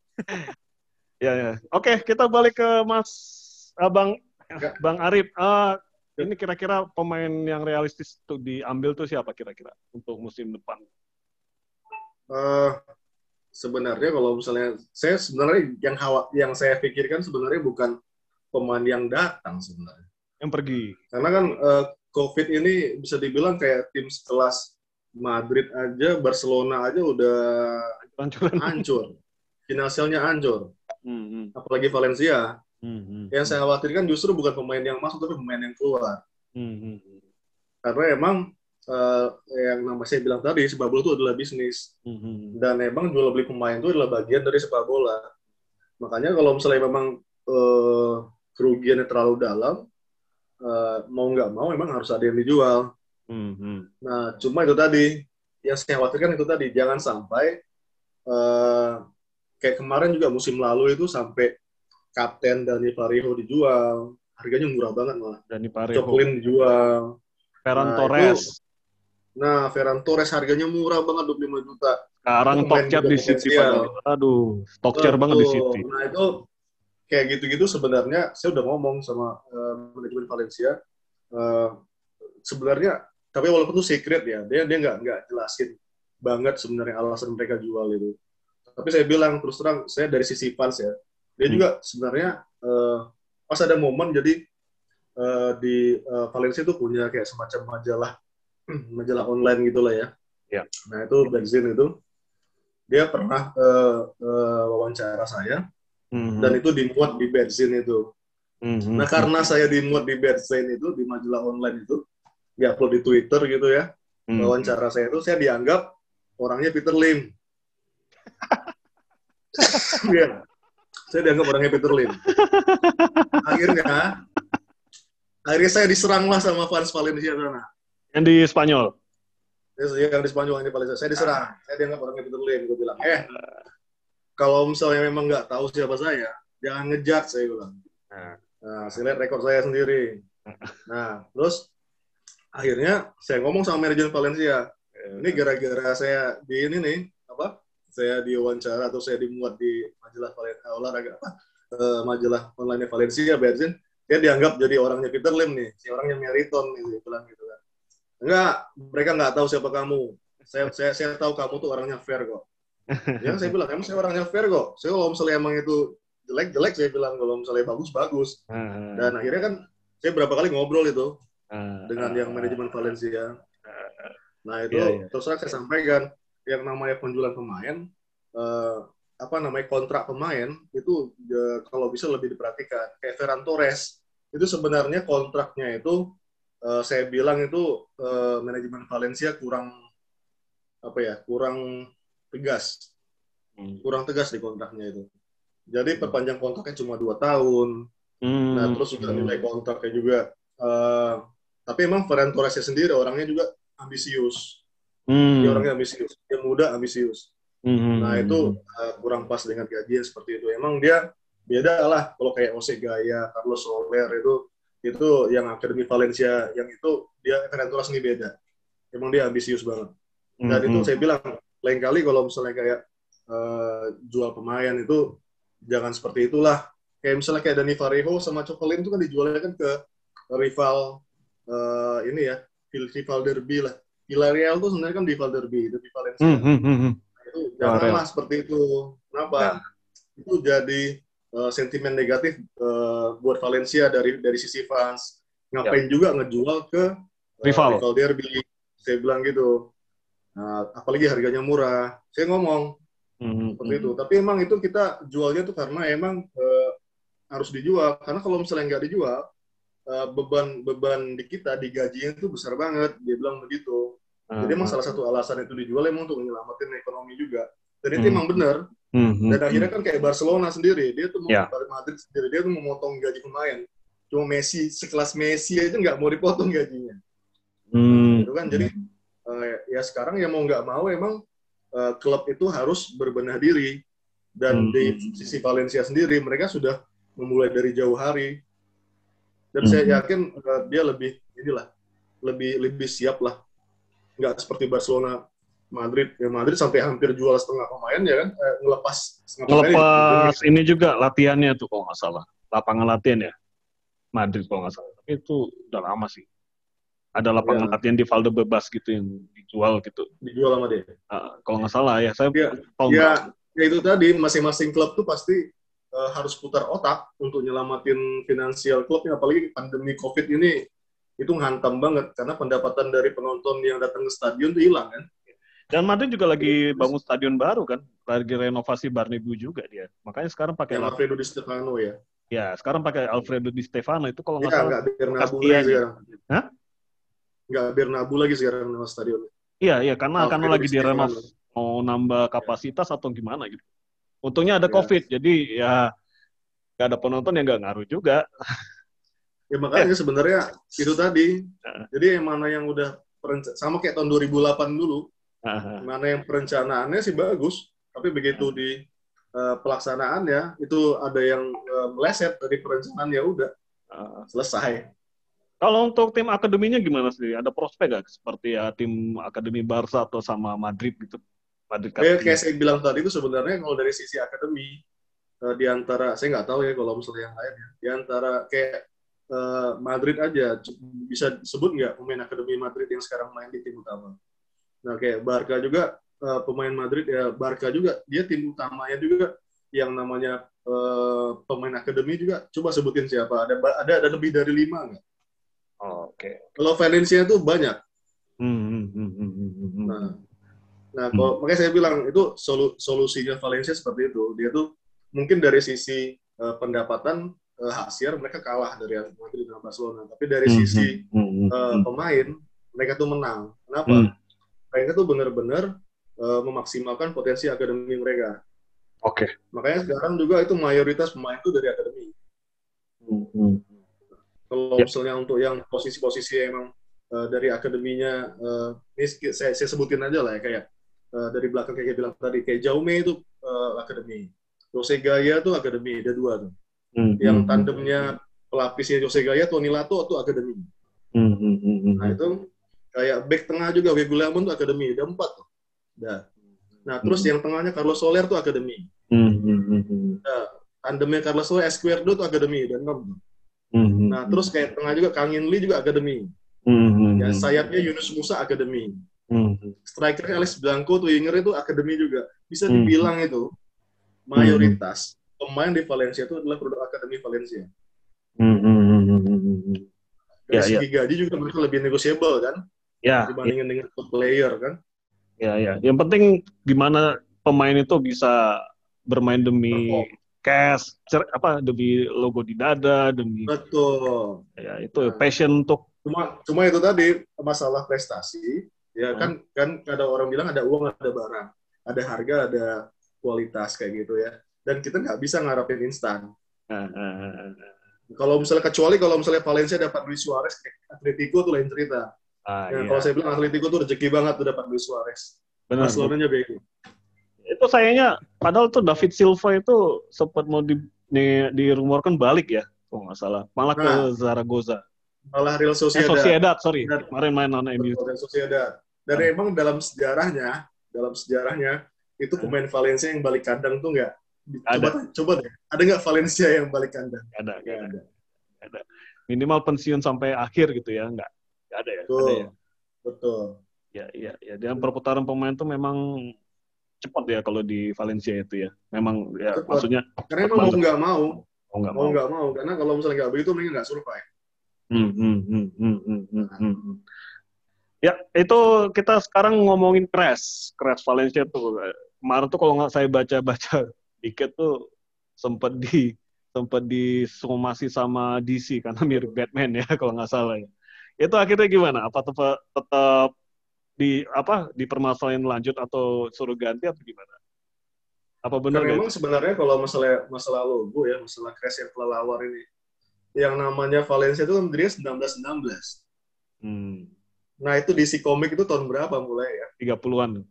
ya, ya. Oke, kita balik ke Mas Abang Bang Arif. Uh, ini kira-kira pemain yang realistis untuk diambil tuh siapa kira-kira untuk musim depan? Uh, sebenarnya kalau misalnya saya sebenarnya yang hawa, yang saya pikirkan sebenarnya bukan pemain yang datang sebenarnya. Yang pergi. Karena kan uh, COVID ini bisa dibilang kayak tim sekelas Madrid aja, Barcelona aja udah Hancuran. hancur. Finansialnya hancur. Hmm, hmm. Apalagi Valencia. Hmm, hmm, yang saya khawatirkan justru bukan pemain yang masuk, tapi pemain yang keluar. Hmm, hmm. Karena emang uh, yang nama saya bilang tadi, sepak bola itu adalah bisnis. Hmm, hmm. Dan emang jual beli pemain itu adalah bagian dari sepak bola. Makanya kalau misalnya memang uh, kerugiannya terlalu dalam, uh, mau nggak mau memang harus ada yang dijual. Hmm. Nah, cuma itu tadi, yang saya khawatirkan itu tadi, jangan sampai uh, kayak kemarin juga musim lalu itu sampai kapten Dani Parejo dijual, harganya murah banget malah. Dani Parejo. Coquelin dijual. Ferran nah, Torres. Itu, nah, Ferran Torres harganya murah banget dua puluh lima juta. Sekarang top chart di City padahal. Aduh, top chart banget di City. Nah, itu kayak gitu-gitu sebenarnya saya udah ngomong sama uh, manajemen Valencia. Uh, sebenarnya, tapi walaupun itu secret ya, dia dia nggak nggak jelasin banget sebenarnya alasan mereka jual itu. Tapi saya bilang terus terang, saya dari sisi fans ya, dia hmm. juga sebenarnya uh, pas ada momen jadi uh, di uh, Valencia itu punya kayak semacam majalah majalah online gitulah ya. Ya. Nah itu Benzin itu dia pernah uh, uh, wawancara saya mm-hmm. dan itu dimuat di Benzin itu. Mm-hmm. Nah karena saya dimuat di Benzin itu di majalah online itu, diupload di Twitter gitu ya, mm-hmm. wawancara saya itu saya dianggap orangnya Peter Lim. Ya. Saya dianggap orangnya Peter Lim. Akhirnya, akhirnya saya diserang lah sama fans Valencia sana. Yang di Spanyol? Yang di Spanyol, yang di Valencia. Saya diserang. Saya dianggap orangnya Peter Lim. Gue bilang, eh, kalau misalnya memang nggak tahu siapa saya, jangan ngejudge, saya bilang. Nah, Nah, saya lihat rekor saya sendiri. Nah, terus akhirnya saya ngomong sama manajer Valencia. Ini gara-gara saya di ini nih, apa? Saya diwawancara atau saya dimuat di majalah Valencia, olahraga apa? Uh, majalah online Valencia, Berzin. Dia dianggap jadi orangnya Peter Lim nih, si orangnya Meriton nih, dia bilang gitu kan. Enggak, mereka nggak tahu siapa kamu. Saya, saya, saya tahu kamu tuh orangnya fair kok. Yang saya bilang, emang saya orangnya fair kok. Saya kalau misalnya emang itu jelek-jelek, saya bilang, kalau misalnya bagus-bagus. Dan akhirnya kan, saya berapa kali ngobrol itu dengan yang manajemen Valencia. Nah itu, yeah, yeah. terus saya sampaikan, yang namanya penjualan pemain, eh, apa namanya kontrak pemain, itu ya, kalau bisa lebih diperhatikan. Kayak Ferran Torres, itu sebenarnya kontraknya itu, eh, saya bilang itu eh, manajemen Valencia kurang, apa ya, kurang tegas. Kurang tegas di kontraknya itu. Jadi perpanjang kontraknya cuma dua tahun. Hmm. Nah terus juga nilai kontraknya juga. Uh, tapi emang Ferran Torres sendiri orangnya juga ambisius. Hmm. Dia orangnya ambisius. Dia muda, ambisius. Hmm. Nah itu uh, kurang pas dengan gaji seperti itu. Emang dia beda lah. Kalau kayak Jose Gaya, Carlos Soler itu, itu yang Akademi Valencia. Yang itu dia Ferran Torres ini beda. Emang dia ambisius banget. Dan hmm. itu saya bilang, lain kali kalau misalnya kayak uh, jual pemain itu jangan seperti itulah. Kayak misalnya kayak Dani Parejo sama Coquelin itu kan dijualnya kan ke rival uh, ini ya, rival derby lah. Villarreal tuh sebenarnya kan rival derby, itu di Valencia. Hmm, hmm, hmm. Nah, itu janganlah seperti itu. Kenapa? Ya. Itu jadi uh, sentimen negatif uh, buat Valencia dari dari sisi fans. Ngapain ya. juga ngejual ke uh, rival. rival derby. Saya bilang gitu. Nah, apalagi harganya murah. Saya ngomong hmm, seperti hmm. itu. Tapi emang itu kita jualnya tuh karena emang uh, harus dijual. Karena kalau misalnya nggak dijual, uh, beban beban di kita di gajinya itu besar banget. Dia bilang begitu. Hmm. Jadi emang salah satu alasan itu dijual emang untuk menyelamatin ekonomi juga. Dan itu hmm. emang benar. Hmm. Dan akhirnya kan kayak Barcelona sendiri, dia tuh mau yeah. Madrid sendiri, dia tuh memotong gaji pemain. Cuma Messi, sekelas Messi aja nggak mau dipotong gajinya. Hmm. Itu kan jadi Uh, ya sekarang ya mau nggak mau emang uh, klub itu harus berbenah diri dan hmm. di sisi Valencia sendiri mereka sudah memulai dari jauh hari dan hmm. saya yakin uh, dia lebih inilah lebih lebih siap lah, nggak seperti Barcelona, Madrid ya Madrid sampai hampir jual setengah pemain ya kan eh, ngelepas ngelepas ini juga latihannya tuh kalau nggak salah lapangan latihan ya Madrid kalau nggak salah, tapi itu udah lama sih. Ada lapangan ya. latihan di Valdebebas gitu yang dijual gitu. Dijual sama dia? Uh, kalau nggak salah ya, saya ya, tahu ya, ya itu tadi, masing-masing klub tuh pasti uh, harus putar otak untuk nyelamatin finansial klubnya, apalagi pandemi COVID ini, itu ngantam banget, karena pendapatan dari penonton yang datang ke stadion tuh hilang kan. Dan Madrid juga lagi bangun stadion baru kan, lagi renovasi Bernabeu juga dia. Makanya sekarang pakai... Alfredo Di Stefano ya? Ya, sekarang pakai Alfredo Di Stefano, itu kalau nggak ya, salah... Ya, nggak Bernabeu lagi sekarang. Hah? Nggak Bernabeu lagi sekarang nama stadion. Iya, iya, karena karena lagi direnov, mau nambah kapasitas ya. atau gimana gitu. Untungnya ada ya. COVID, jadi ya nggak ada penonton yang nggak ngaruh juga. Ya makanya ya. sebenarnya itu tadi. Ya. Jadi yang mana yang udah perenc- sama kayak tahun dua ribu delapan dulu, Aha. mana yang perencanaannya sih bagus, tapi begitu Aha. di uh, pelaksanaannya itu ada yang uh, meleset dari perencanaan ya udah Aha. selesai. Kalau untuk tim akademinya gimana sih? Ada prospek nggak seperti ya tim akademi Barca atau sama Madrid gitu? Madrid kayak, kayak saya bilang tadi itu sebenarnya kalau dari sisi akademi uh, di antara saya nggak tahu ya kalau misalnya yang lain ya, di antara kayak uh, Madrid aja bisa sebut nggak pemain akademi Madrid yang sekarang main di tim utama? Nah kayak Barca juga uh, pemain Madrid ya Barca juga dia tim utamanya juga yang namanya uh, pemain akademi juga coba sebutin siapa? Ada ada ada lebih dari lima nggak? Oh, Oke. Okay. Kalau Valencia itu banyak. Hmm, hmm, hmm, hmm, hmm. Nah, nah hmm. kalau, makanya saya bilang itu solu, solusinya Valencia seperti itu. Dia tuh mungkin dari sisi uh, pendapatan uh, hasil mereka kalah dari Madrid dan Barcelona, tapi dari hmm, sisi hmm, uh, pemain mereka tuh menang. Kenapa? Hmm. Mereka tuh benar-benar uh, memaksimalkan potensi akademi mereka. Oke. Okay. Makanya sekarang juga itu mayoritas pemain itu dari akademi. Hmm, hmm. Kalau yep. misalnya untuk yang posisi-posisi emang uh, dari akademinya, uh, ini saya, saya sebutin aja lah ya, kayak uh, dari belakang kayak bilang tadi, kayak Jaume itu uh, akademi. Jose Gaya tuh akademi, ada dua tuh. Hmm, Yang hmm, tandemnya pelapisnya Jose Gaya, Tony Lato tuh akademi. hmm, hmm, hmm, hmm. Nah itu kayak back tengah juga, Guillamon tuh akademi, ada empat tuh. Nah, nah terus Hmm. yang tengahnya Carlos Soler tuh akademi. Hmm, hmm, hmm, hmm. Nah, tandemnya Carlos Soler, Esquerdo tuh akademi, dan enam tuh. Hmm, hmm, Nah terus kayak tengah juga Kang In Lee juga akademi. hmm, hmm, Ya hmm. sayapnya Yunus Musa akademi. Hmm, Striker Alex Blanco tuh winger itu akademi juga. Bisa Hmm. dibilang itu mayoritas pemain di Valencia itu adalah produk akademi Valencia. hmm, hmm, hmm, hmm, hmm, hmm. Dari Ya, ya, segi gaji juga mereka lebih negotiable kan ya, ya, dibandingin dengan top player kan. ya, ya. Yang penting gimana pemain itu bisa bermain demi Perform. cash, cer- apa demi logo di dada, demi Betul. ya itu Nah, passion untuk cuma cuma itu tadi masalah prestasi ya Hah? kan kan ada orang bilang ada uang ada barang, ada harga ada kualitas kayak gitu ya. Dan kita nggak bisa ngarapin instan. ah, ah, ah, ah. Kalau misalnya kecuali kalau misalnya Valencia dapat Luis Suarez, Atletico tuh lain cerita. Ah, Nah, iya. kalau saya bilang Atletico tuh rezeki banget tuh dapat Luis Suarez. Benar, Barcelonanya bego. itu sayangnya padahal tuh David Silva itu sempat mau di, di dirumorkan balik ya, kalau nggak salah, malah ke Nah, Zaragoza. malah Real Eh, Sociedad. Sociedad, sorry. Dan, Kemarin main non M U. betul, Real Sociedad. Dan Ah. emang dalam sejarahnya, dalam sejarahnya itu pemain Valencia yang balik kandang tuh nggak. Coba, Ada. coba deh. Ada nggak Valencia yang balik kandang? Ada, Nggak ada. ada. ada. Minimal pensiun sampai akhir gitu ya, nggak? Nggak ada ya? Betul. Ada ya? Betul. Ya, ya, ya. Dan perputaran pemain tuh memang cepat ya kalau di Valencia itu ya. Memang ya Cepat. maksudnya Karena emang mau nggak mau, mau nggak mau mau. nggak mau. Karena kalau misalnya nggak begitu, mereka nggak survive. Hmm, hmm, hmm, hmm, hmm, hmm, hmm. Ya, itu kita sekarang ngomongin crash. Crash Valencia tuh. Kemarin tuh kalau nggak saya baca-baca dikit tuh sempat di sempat disomasi sama D C karena mirip Batman ya kalau nggak salah ya. Itu akhirnya gimana? Apa tetap, tetap di apa dipermasalahin lanjut atau suruh ganti atau gimana? Apa benar Karena nggak emang itu? sebenarnya kalau masalah masalah logo ya, masalah crash yang kelelawar ini, yang namanya Valencia itu kan berdiri seribu sembilan ratus enam belas. Hmm, Nah itu D C Comics itu tahun berapa mulai ya? tiga puluhan.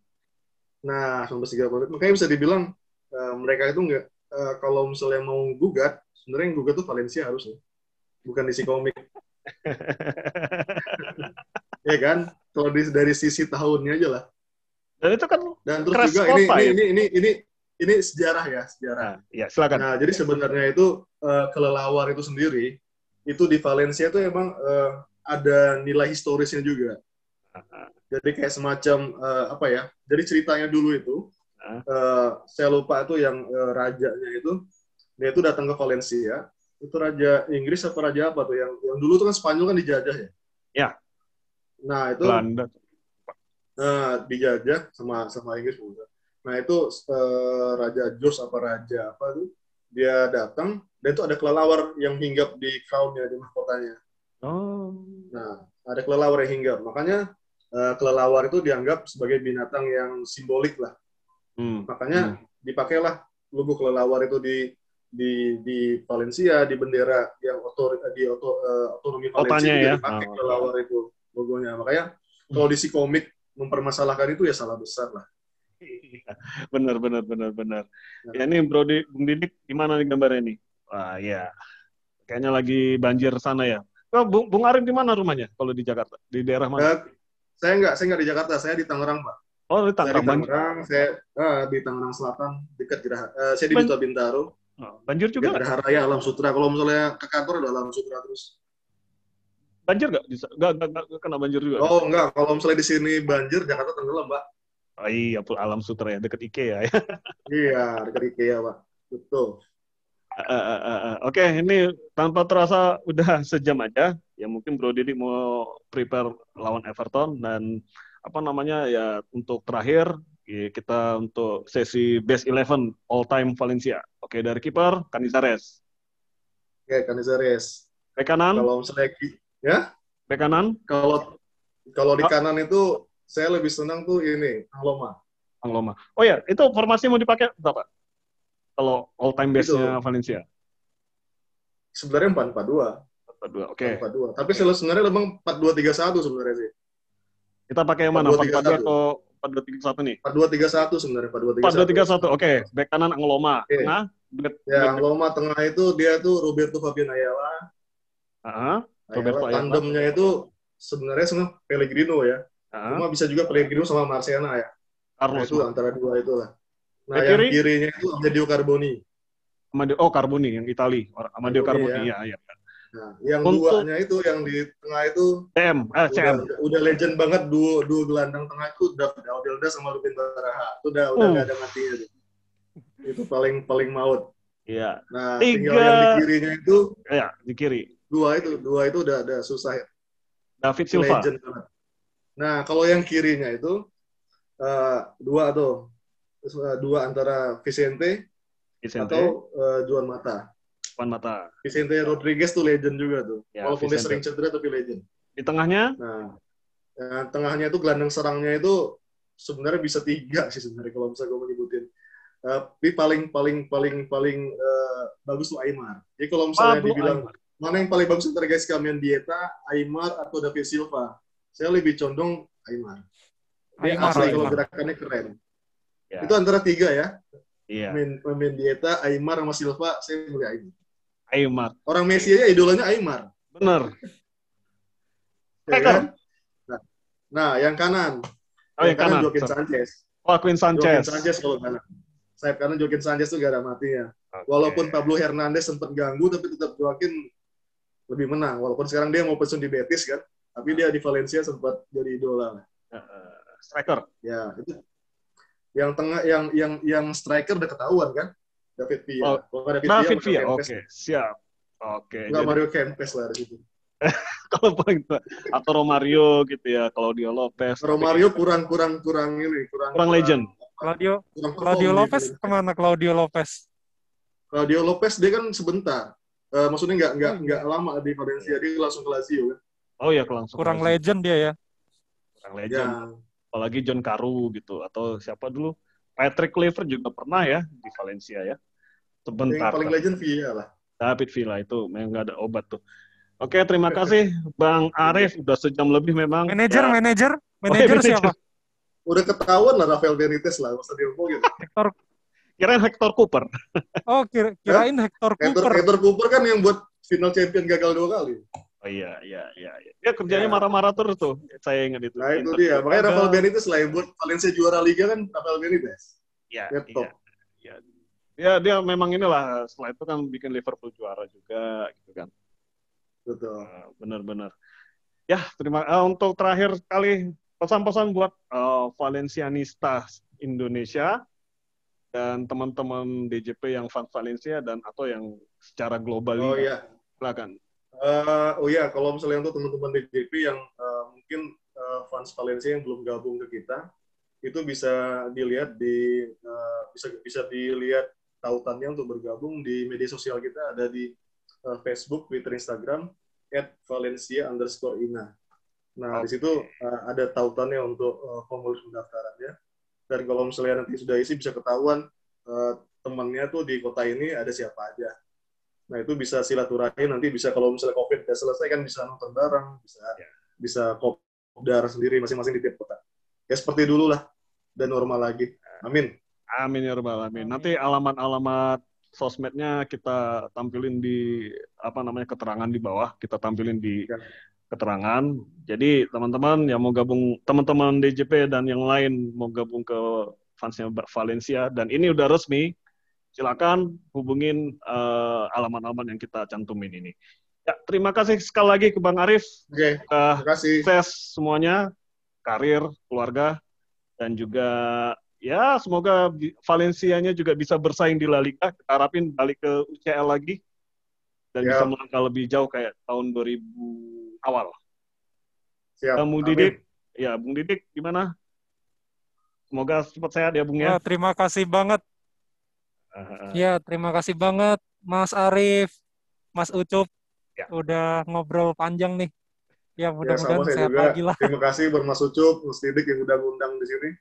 Nah, seribu sembilan ratus tiga puluh. Makanya bisa dibilang uh, mereka itu nggak, uh, kalau misalnya mau gugat, sebenarnya yang gugat tuh Valencia harusnya, bukan D C Comics. Ya kan? Kalau di, dari sisi tahunnya aja lah. Dan itu kan Dan terus crash juga ini, kota ini, ya. ini ini ini ini sejarah ya, sejarah. Nah, ya silakan. Nah, jadi sebenarnya itu uh, kelelawar itu sendiri itu di Valencia itu emang uh, ada nilai historisnya juga. Jadi kayak semacam uh, apa ya? Jadi ceritanya dulu itu uh, saya lupa itu yang uh, rajanya itu dia itu datang ke Valencia. Itu raja Inggris apa raja apa tuh yang yang dulu tuh kan Spanyol kan dijajah ya. Ya. Nah, itu Belanda. uh, dijajah sama sama Inggris juga. Nah, itu uh, Raja George apa raja apa tuh dia datang dan itu ada kelelawar yang hinggap di crown-nya di mahkotanya. Oh. Nah, ada kelelawar yang hinggap. Makanya uh, kelelawar itu dianggap sebagai binatang yang simbolik lah. Hmm. Makanya hmm. dipakailah logo kelelawar itu di di di Valencia di bendera yang otor di oto, uh, otonomi Valencia Kotanya juga ya. dipakai Oh. kelelawar itu logonya. Makanya kalau di si komik mempermasalahkan itu ya salah besar lah. Benar, benar, benar, benar. Nah. Ya ini Bro Di, Bung Didik, gimana nih gambarnya nih? Wah ya, kayaknya lagi banjir sana ya. Oh, Bung, Bung Arif di mana rumahnya? Kalau di Jakarta, di daerah mana? Uh, saya nggak, saya nggak di Jakarta, saya di Tangerang Pak. Oh di Tangerang. Saya di Tangerang, Tangerang, saya uh, di Tangerang Selatan, dekat Geraha. Uh, saya di Ban Duta Bintaro. oh, banjir juga? Geraha Raya Alam Sutra. Kalau misalnya ke kantor ada Alam Sutra terus. Banjir nggak? Nggak, nggak, nggak kena banjir juga? Oh enggak, kalau misalnya di sini banjir, Jakarta tenggelam Pak. Oh iya, Alam Sutra ya, dekat IKEA ya. Iya, dekat IKEA Pak. Betul. Uh, uh, uh, uh. Oke, okay, ini tanpa terasa udah sejam aja. Ya mungkin Bro Didik mau prepare lawan Everton dan apa namanya ya untuk terakhir ya, kita untuk sesi best eleven all time Valencia. Oke, okay, dari kiper Canizares. Oke, okay, Canizares. Bek kanan? Kalau misalnya ya? Bek kanan? Kalau kalau di kanan itu saya lebih senang tuh ini Angloma. Angloma. Oh ya, itu formasi mau dipakai berapa? Kalau all time base-nya Valencia. Sebenarnya empat empat dua. empat empat dua, oke. Okay. empat empat dua. Tapi sebenarnya memang empat dua tiga satu sebenarnya sih. Kita pakai yang mana? empat empat dua atau empat dua tiga satu nih? empat dua tiga satu sebenarnya, empat dua tiga satu. empat dua tiga satu, oke. Okay. Back kanan Angloma, okay. Tengah? Back, ya, Angloma tengah itu dia tuh Roberto Fabian Ayala. Uh-huh. Roberto Ayala. Tandemnya itu sebenarnya sama Pellegrino ya. Uh-huh. Cuma bisa juga Pellegrino sama Marciana ya. Carlos, nah, itu antara dua itulah. Nah, yang kiri? Kirinya itu Amedeo Carboni. Amedeo, oh Carboni yang Itali. Amedeo Carboni, ya, ya. ya. Nah, yang Untuk... duanya itu, yang di tengah itu C M, eh, C M. Udah, udah legend banget, dua, dua gelandang tengah itu David Aldelda sama Rubin Baraha. Itu udah, uh. udah gak ada matinya. Tuh. Itu paling paling maut. Iya. Nah, Tiga... tinggal yang di kirinya itu, ya, di kiri. Dua itu, dua itu udah ada susah. David Silva. Legend banget. Nah, kalau yang kirinya itu, uh, dua tuh, dua antara Vicente, Vicente. atau uh, Juan Mata. Juan Mata. Vicente Rodriguez tuh legend juga tuh. Ya, walaupun Vicente. Dia sering cedera tapi legend. Di tengahnya? Nah, ya, tengahnya itu gelandang serangnya itu sebenarnya bisa tiga sih sebenarnya kalau bisa gue menyebutin. Tapi uh, paling paling paling paling uh, bagus tuh Aimar. Jadi kalau misalnya Pablo dibilang Aimar. Mana yang paling bagus antara guys Camian Dieta, Aimar atau David Silva, saya lebih condong Aimar. Dia Aimar, asli kalau gerakannya keren. Ya. Itu antara tiga ya. Iya. Main, main Dieta, Aimar sama Silva, saya milih Aimar. Aimar. Orang Messi aja idolanya Aimar. Bener. Ya, kan? nah, nah, yang kanan. Oh, yang, yang kanan, kanan Joaquin Sanchez. Oh, Joaquin Sanchez. Joaquin Sanchez kalau kanan. Sayap kanan Joaquin Sanchez tuh gak ada matinya. Okay. Walaupun Pablo Hernandez sempat ganggu, tapi tetap Joaquin lebih menang. Walaupun sekarang dia mau pensiun di Betis kan, tapi dia di Valencia sempat jadi idola. Uh, striker. Ya, itu. Yang tengah, yang yang yang striker udah ketahuan kan? David Villa. Oh, Kalau David, David Villa, oke, okay. Siap. Oke. Okay, Enggak jadi... Mario Kempes lah di situ. Kalau paling atau Romario gitu ya, Claudio Lopez. Romario kurang kurang kurang ini, kurang kurang legend. Claudio Claudio Lopez kemana Claudio Lopez? Claudio Lopez dia kan sebentar. Uh, maksudnya nggak nggak nggak oh, iya. lama di Valencia, dia langsung ke Lazio kan. Oh iya, langsung. Kurang legend dia ya. Kurang legend. Ya. Apalagi John Carew gitu atau siapa dulu? Patrick Kluivert juga pernah ya di Valencia ya. Sebentar. Yang paling legend Villa lah. David Villa itu memang nggak ada obat tuh. Oke, terima kasih Bang Arif. Udah sejam lebih memang. Manajer, ya. manajer, manajer oh, siapa? Udah ketahuan lah Rafael Benitez lah, masa diomongin. Hector. Kirain Hector Cooper. Oh, kira kirain Hector Cooper. Hector, Hector Cooper kan yang buat final champion gagal dua kali. Oh iya, iya, iya. Dia kerjanya ya. marah-marah terus tuh. Saya ingat itu. Nah itu dia. Makanya Rafael Benitez lah yang buat Valencia juara Liga kan Rafael Benitez. Iya, iya. Ya. Ya, dia memang inilah. Setelah itu kan bikin Liverpool juara juga, gitu kan. Betul. Uh, benar-benar. Ya, terima uh, untuk terakhir kali pesan-pesan buat uh, Valencianista Indonesia dan teman-teman D J P yang fans Valencia dan atau yang secara global. Oh iya. Silakan. Uh, oh iya, kalau misalnya untuk teman-teman D J P yang uh, mungkin uh, fans Valencia yang belum gabung ke kita, itu bisa dilihat di uh, bisa bisa dilihat tautannya untuk bergabung di media sosial kita, ada di uh, Facebook, Twitter, Instagram at Valencia underscore Ina. Nah okay. Di situ uh, ada tautannya untuk uh, formulir pendaftarannya. Dan kalau misalnya nanti sudah isi bisa ketahuan uh, temannya tuh di kota ini ada siapa aja. Nah itu bisa silaturahmi, nanti bisa kalau misalnya COVID udah selesai kan bisa nonton bareng, bisa yeah. bisa kopdar sendiri masing-masing di tiap kota. Ya seperti dulu lah, dan normal lagi. Amin. Amin ya rabbal alamin. Nanti alamat-alamat sosmednya kita tampilin di apa namanya keterangan di bawah, kita tampilin di ya. keterangan. Jadi teman-teman yang mau gabung, teman-teman D J P dan yang lain mau gabung ke fansnya Valencia dan ini udah resmi, silakan hubungin uh, alamat-alamat yang kita cantumin ini. Ya, terima kasih sekali lagi ke Bang Arif. Oke, uh, terima kasih. Sukses semuanya, karir, keluarga, dan juga ya semoga Valencianya juga bisa bersaing di La Liga. Kita harapin balik ke U C L lagi dan yep. bisa melangkah lebih jauh kayak tahun dua ribu awal. Siap. Uh, Bung Didik, ya Bung Didik gimana? Semoga cepat sehat ya Bung ya. Ya terima kasih banget. Uh, ya terima kasih banget Mas Arif, Mas Ucup, ya. Udah ngobrol panjang nih. Ya mudah-mudahan ya, sehat lagi lah. Terima kasih buat Mas Ucup, Mas Didik yang udah ngundang di sini.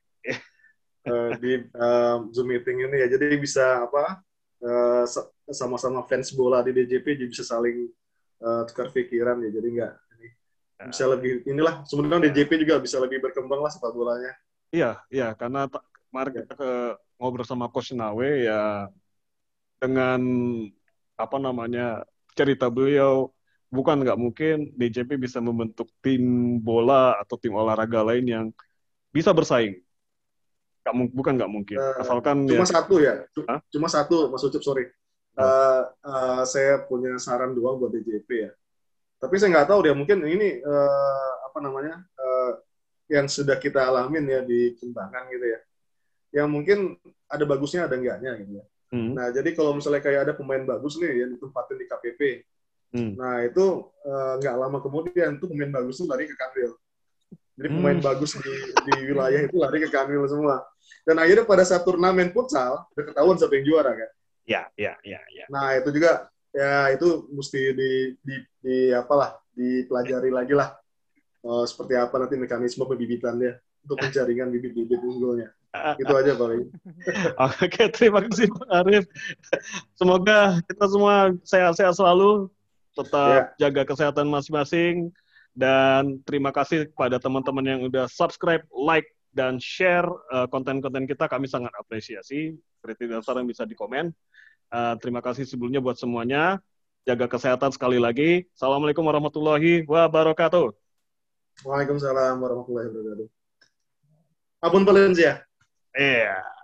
uh, di uh, Zoom meeting ini ya, jadi bisa apa uh, sama-sama fans bola di D J P jadi bisa saling uh, tukar pikiran ya, jadi nggak bisa lebih inilah sebenarnya D J P juga bisa lebih berkembang lah sepak bolanya. Iya, iya, karena ta- kemarin Ya. kita ke ngobrol sama Coach Nawe ya dengan apa namanya cerita beliau bukan nggak mungkin D J P bisa membentuk tim bola atau tim olahraga lain yang bisa bersaing. Nggak, mung- bukan nggak mungkin. Eh, Asalkan ya cuma kita, satu ya, cu- Hah? cuma satu Mas Ucup, sorry. Apa? Eh, eh, saya punya saran doang buat D J P ya. Tapi saya nggak tahu dia mungkin ini eh, apa namanya eh, yang sudah kita alamin ya di Kembangan gitu ya. Yang mungkin ada bagusnya ada enggaknya gitu ya. Hmm, Nah jadi kalau misalnya kayak ada pemain bagus nih yang ditempatin di K P P, hmm, nah itu eh, nggak lama kemudian tuh pemain bagus tuh lari ke Kanwil. Jadi pemain hmm. bagus di, di wilayah itu lari ke Kanwil semua. Dan akhirnya pada saat turnamen futsal udah ketahuan siapa yang juara kan. Ya, ya, ya, ya. Nah itu juga ya itu mesti di, di, di apalah dipelajari lagi lah eh, seperti apa nanti mekanisme pembibitannya untuk penjaringan bibit-bibit unggulnya. Itu aja paling. Oke, terima kasih Bang Arif. Semoga kita semua sehat-sehat selalu, tetap Ya, jaga kesehatan masing-masing, dan terima kasih kepada teman-teman yang udah subscribe, like, dan share uh, konten-konten kita. Kami sangat apresiasi. Kritik dan saran bisa di komen. Uh, terima kasih sebelumnya buat semuanya. Jaga kesehatan sekali lagi. Assalamualaikum warahmatullahi wabarakatuh. Waalaikumsalam warahmatullahi wabarakatuh. Apun Valencia. Iya. Yeah.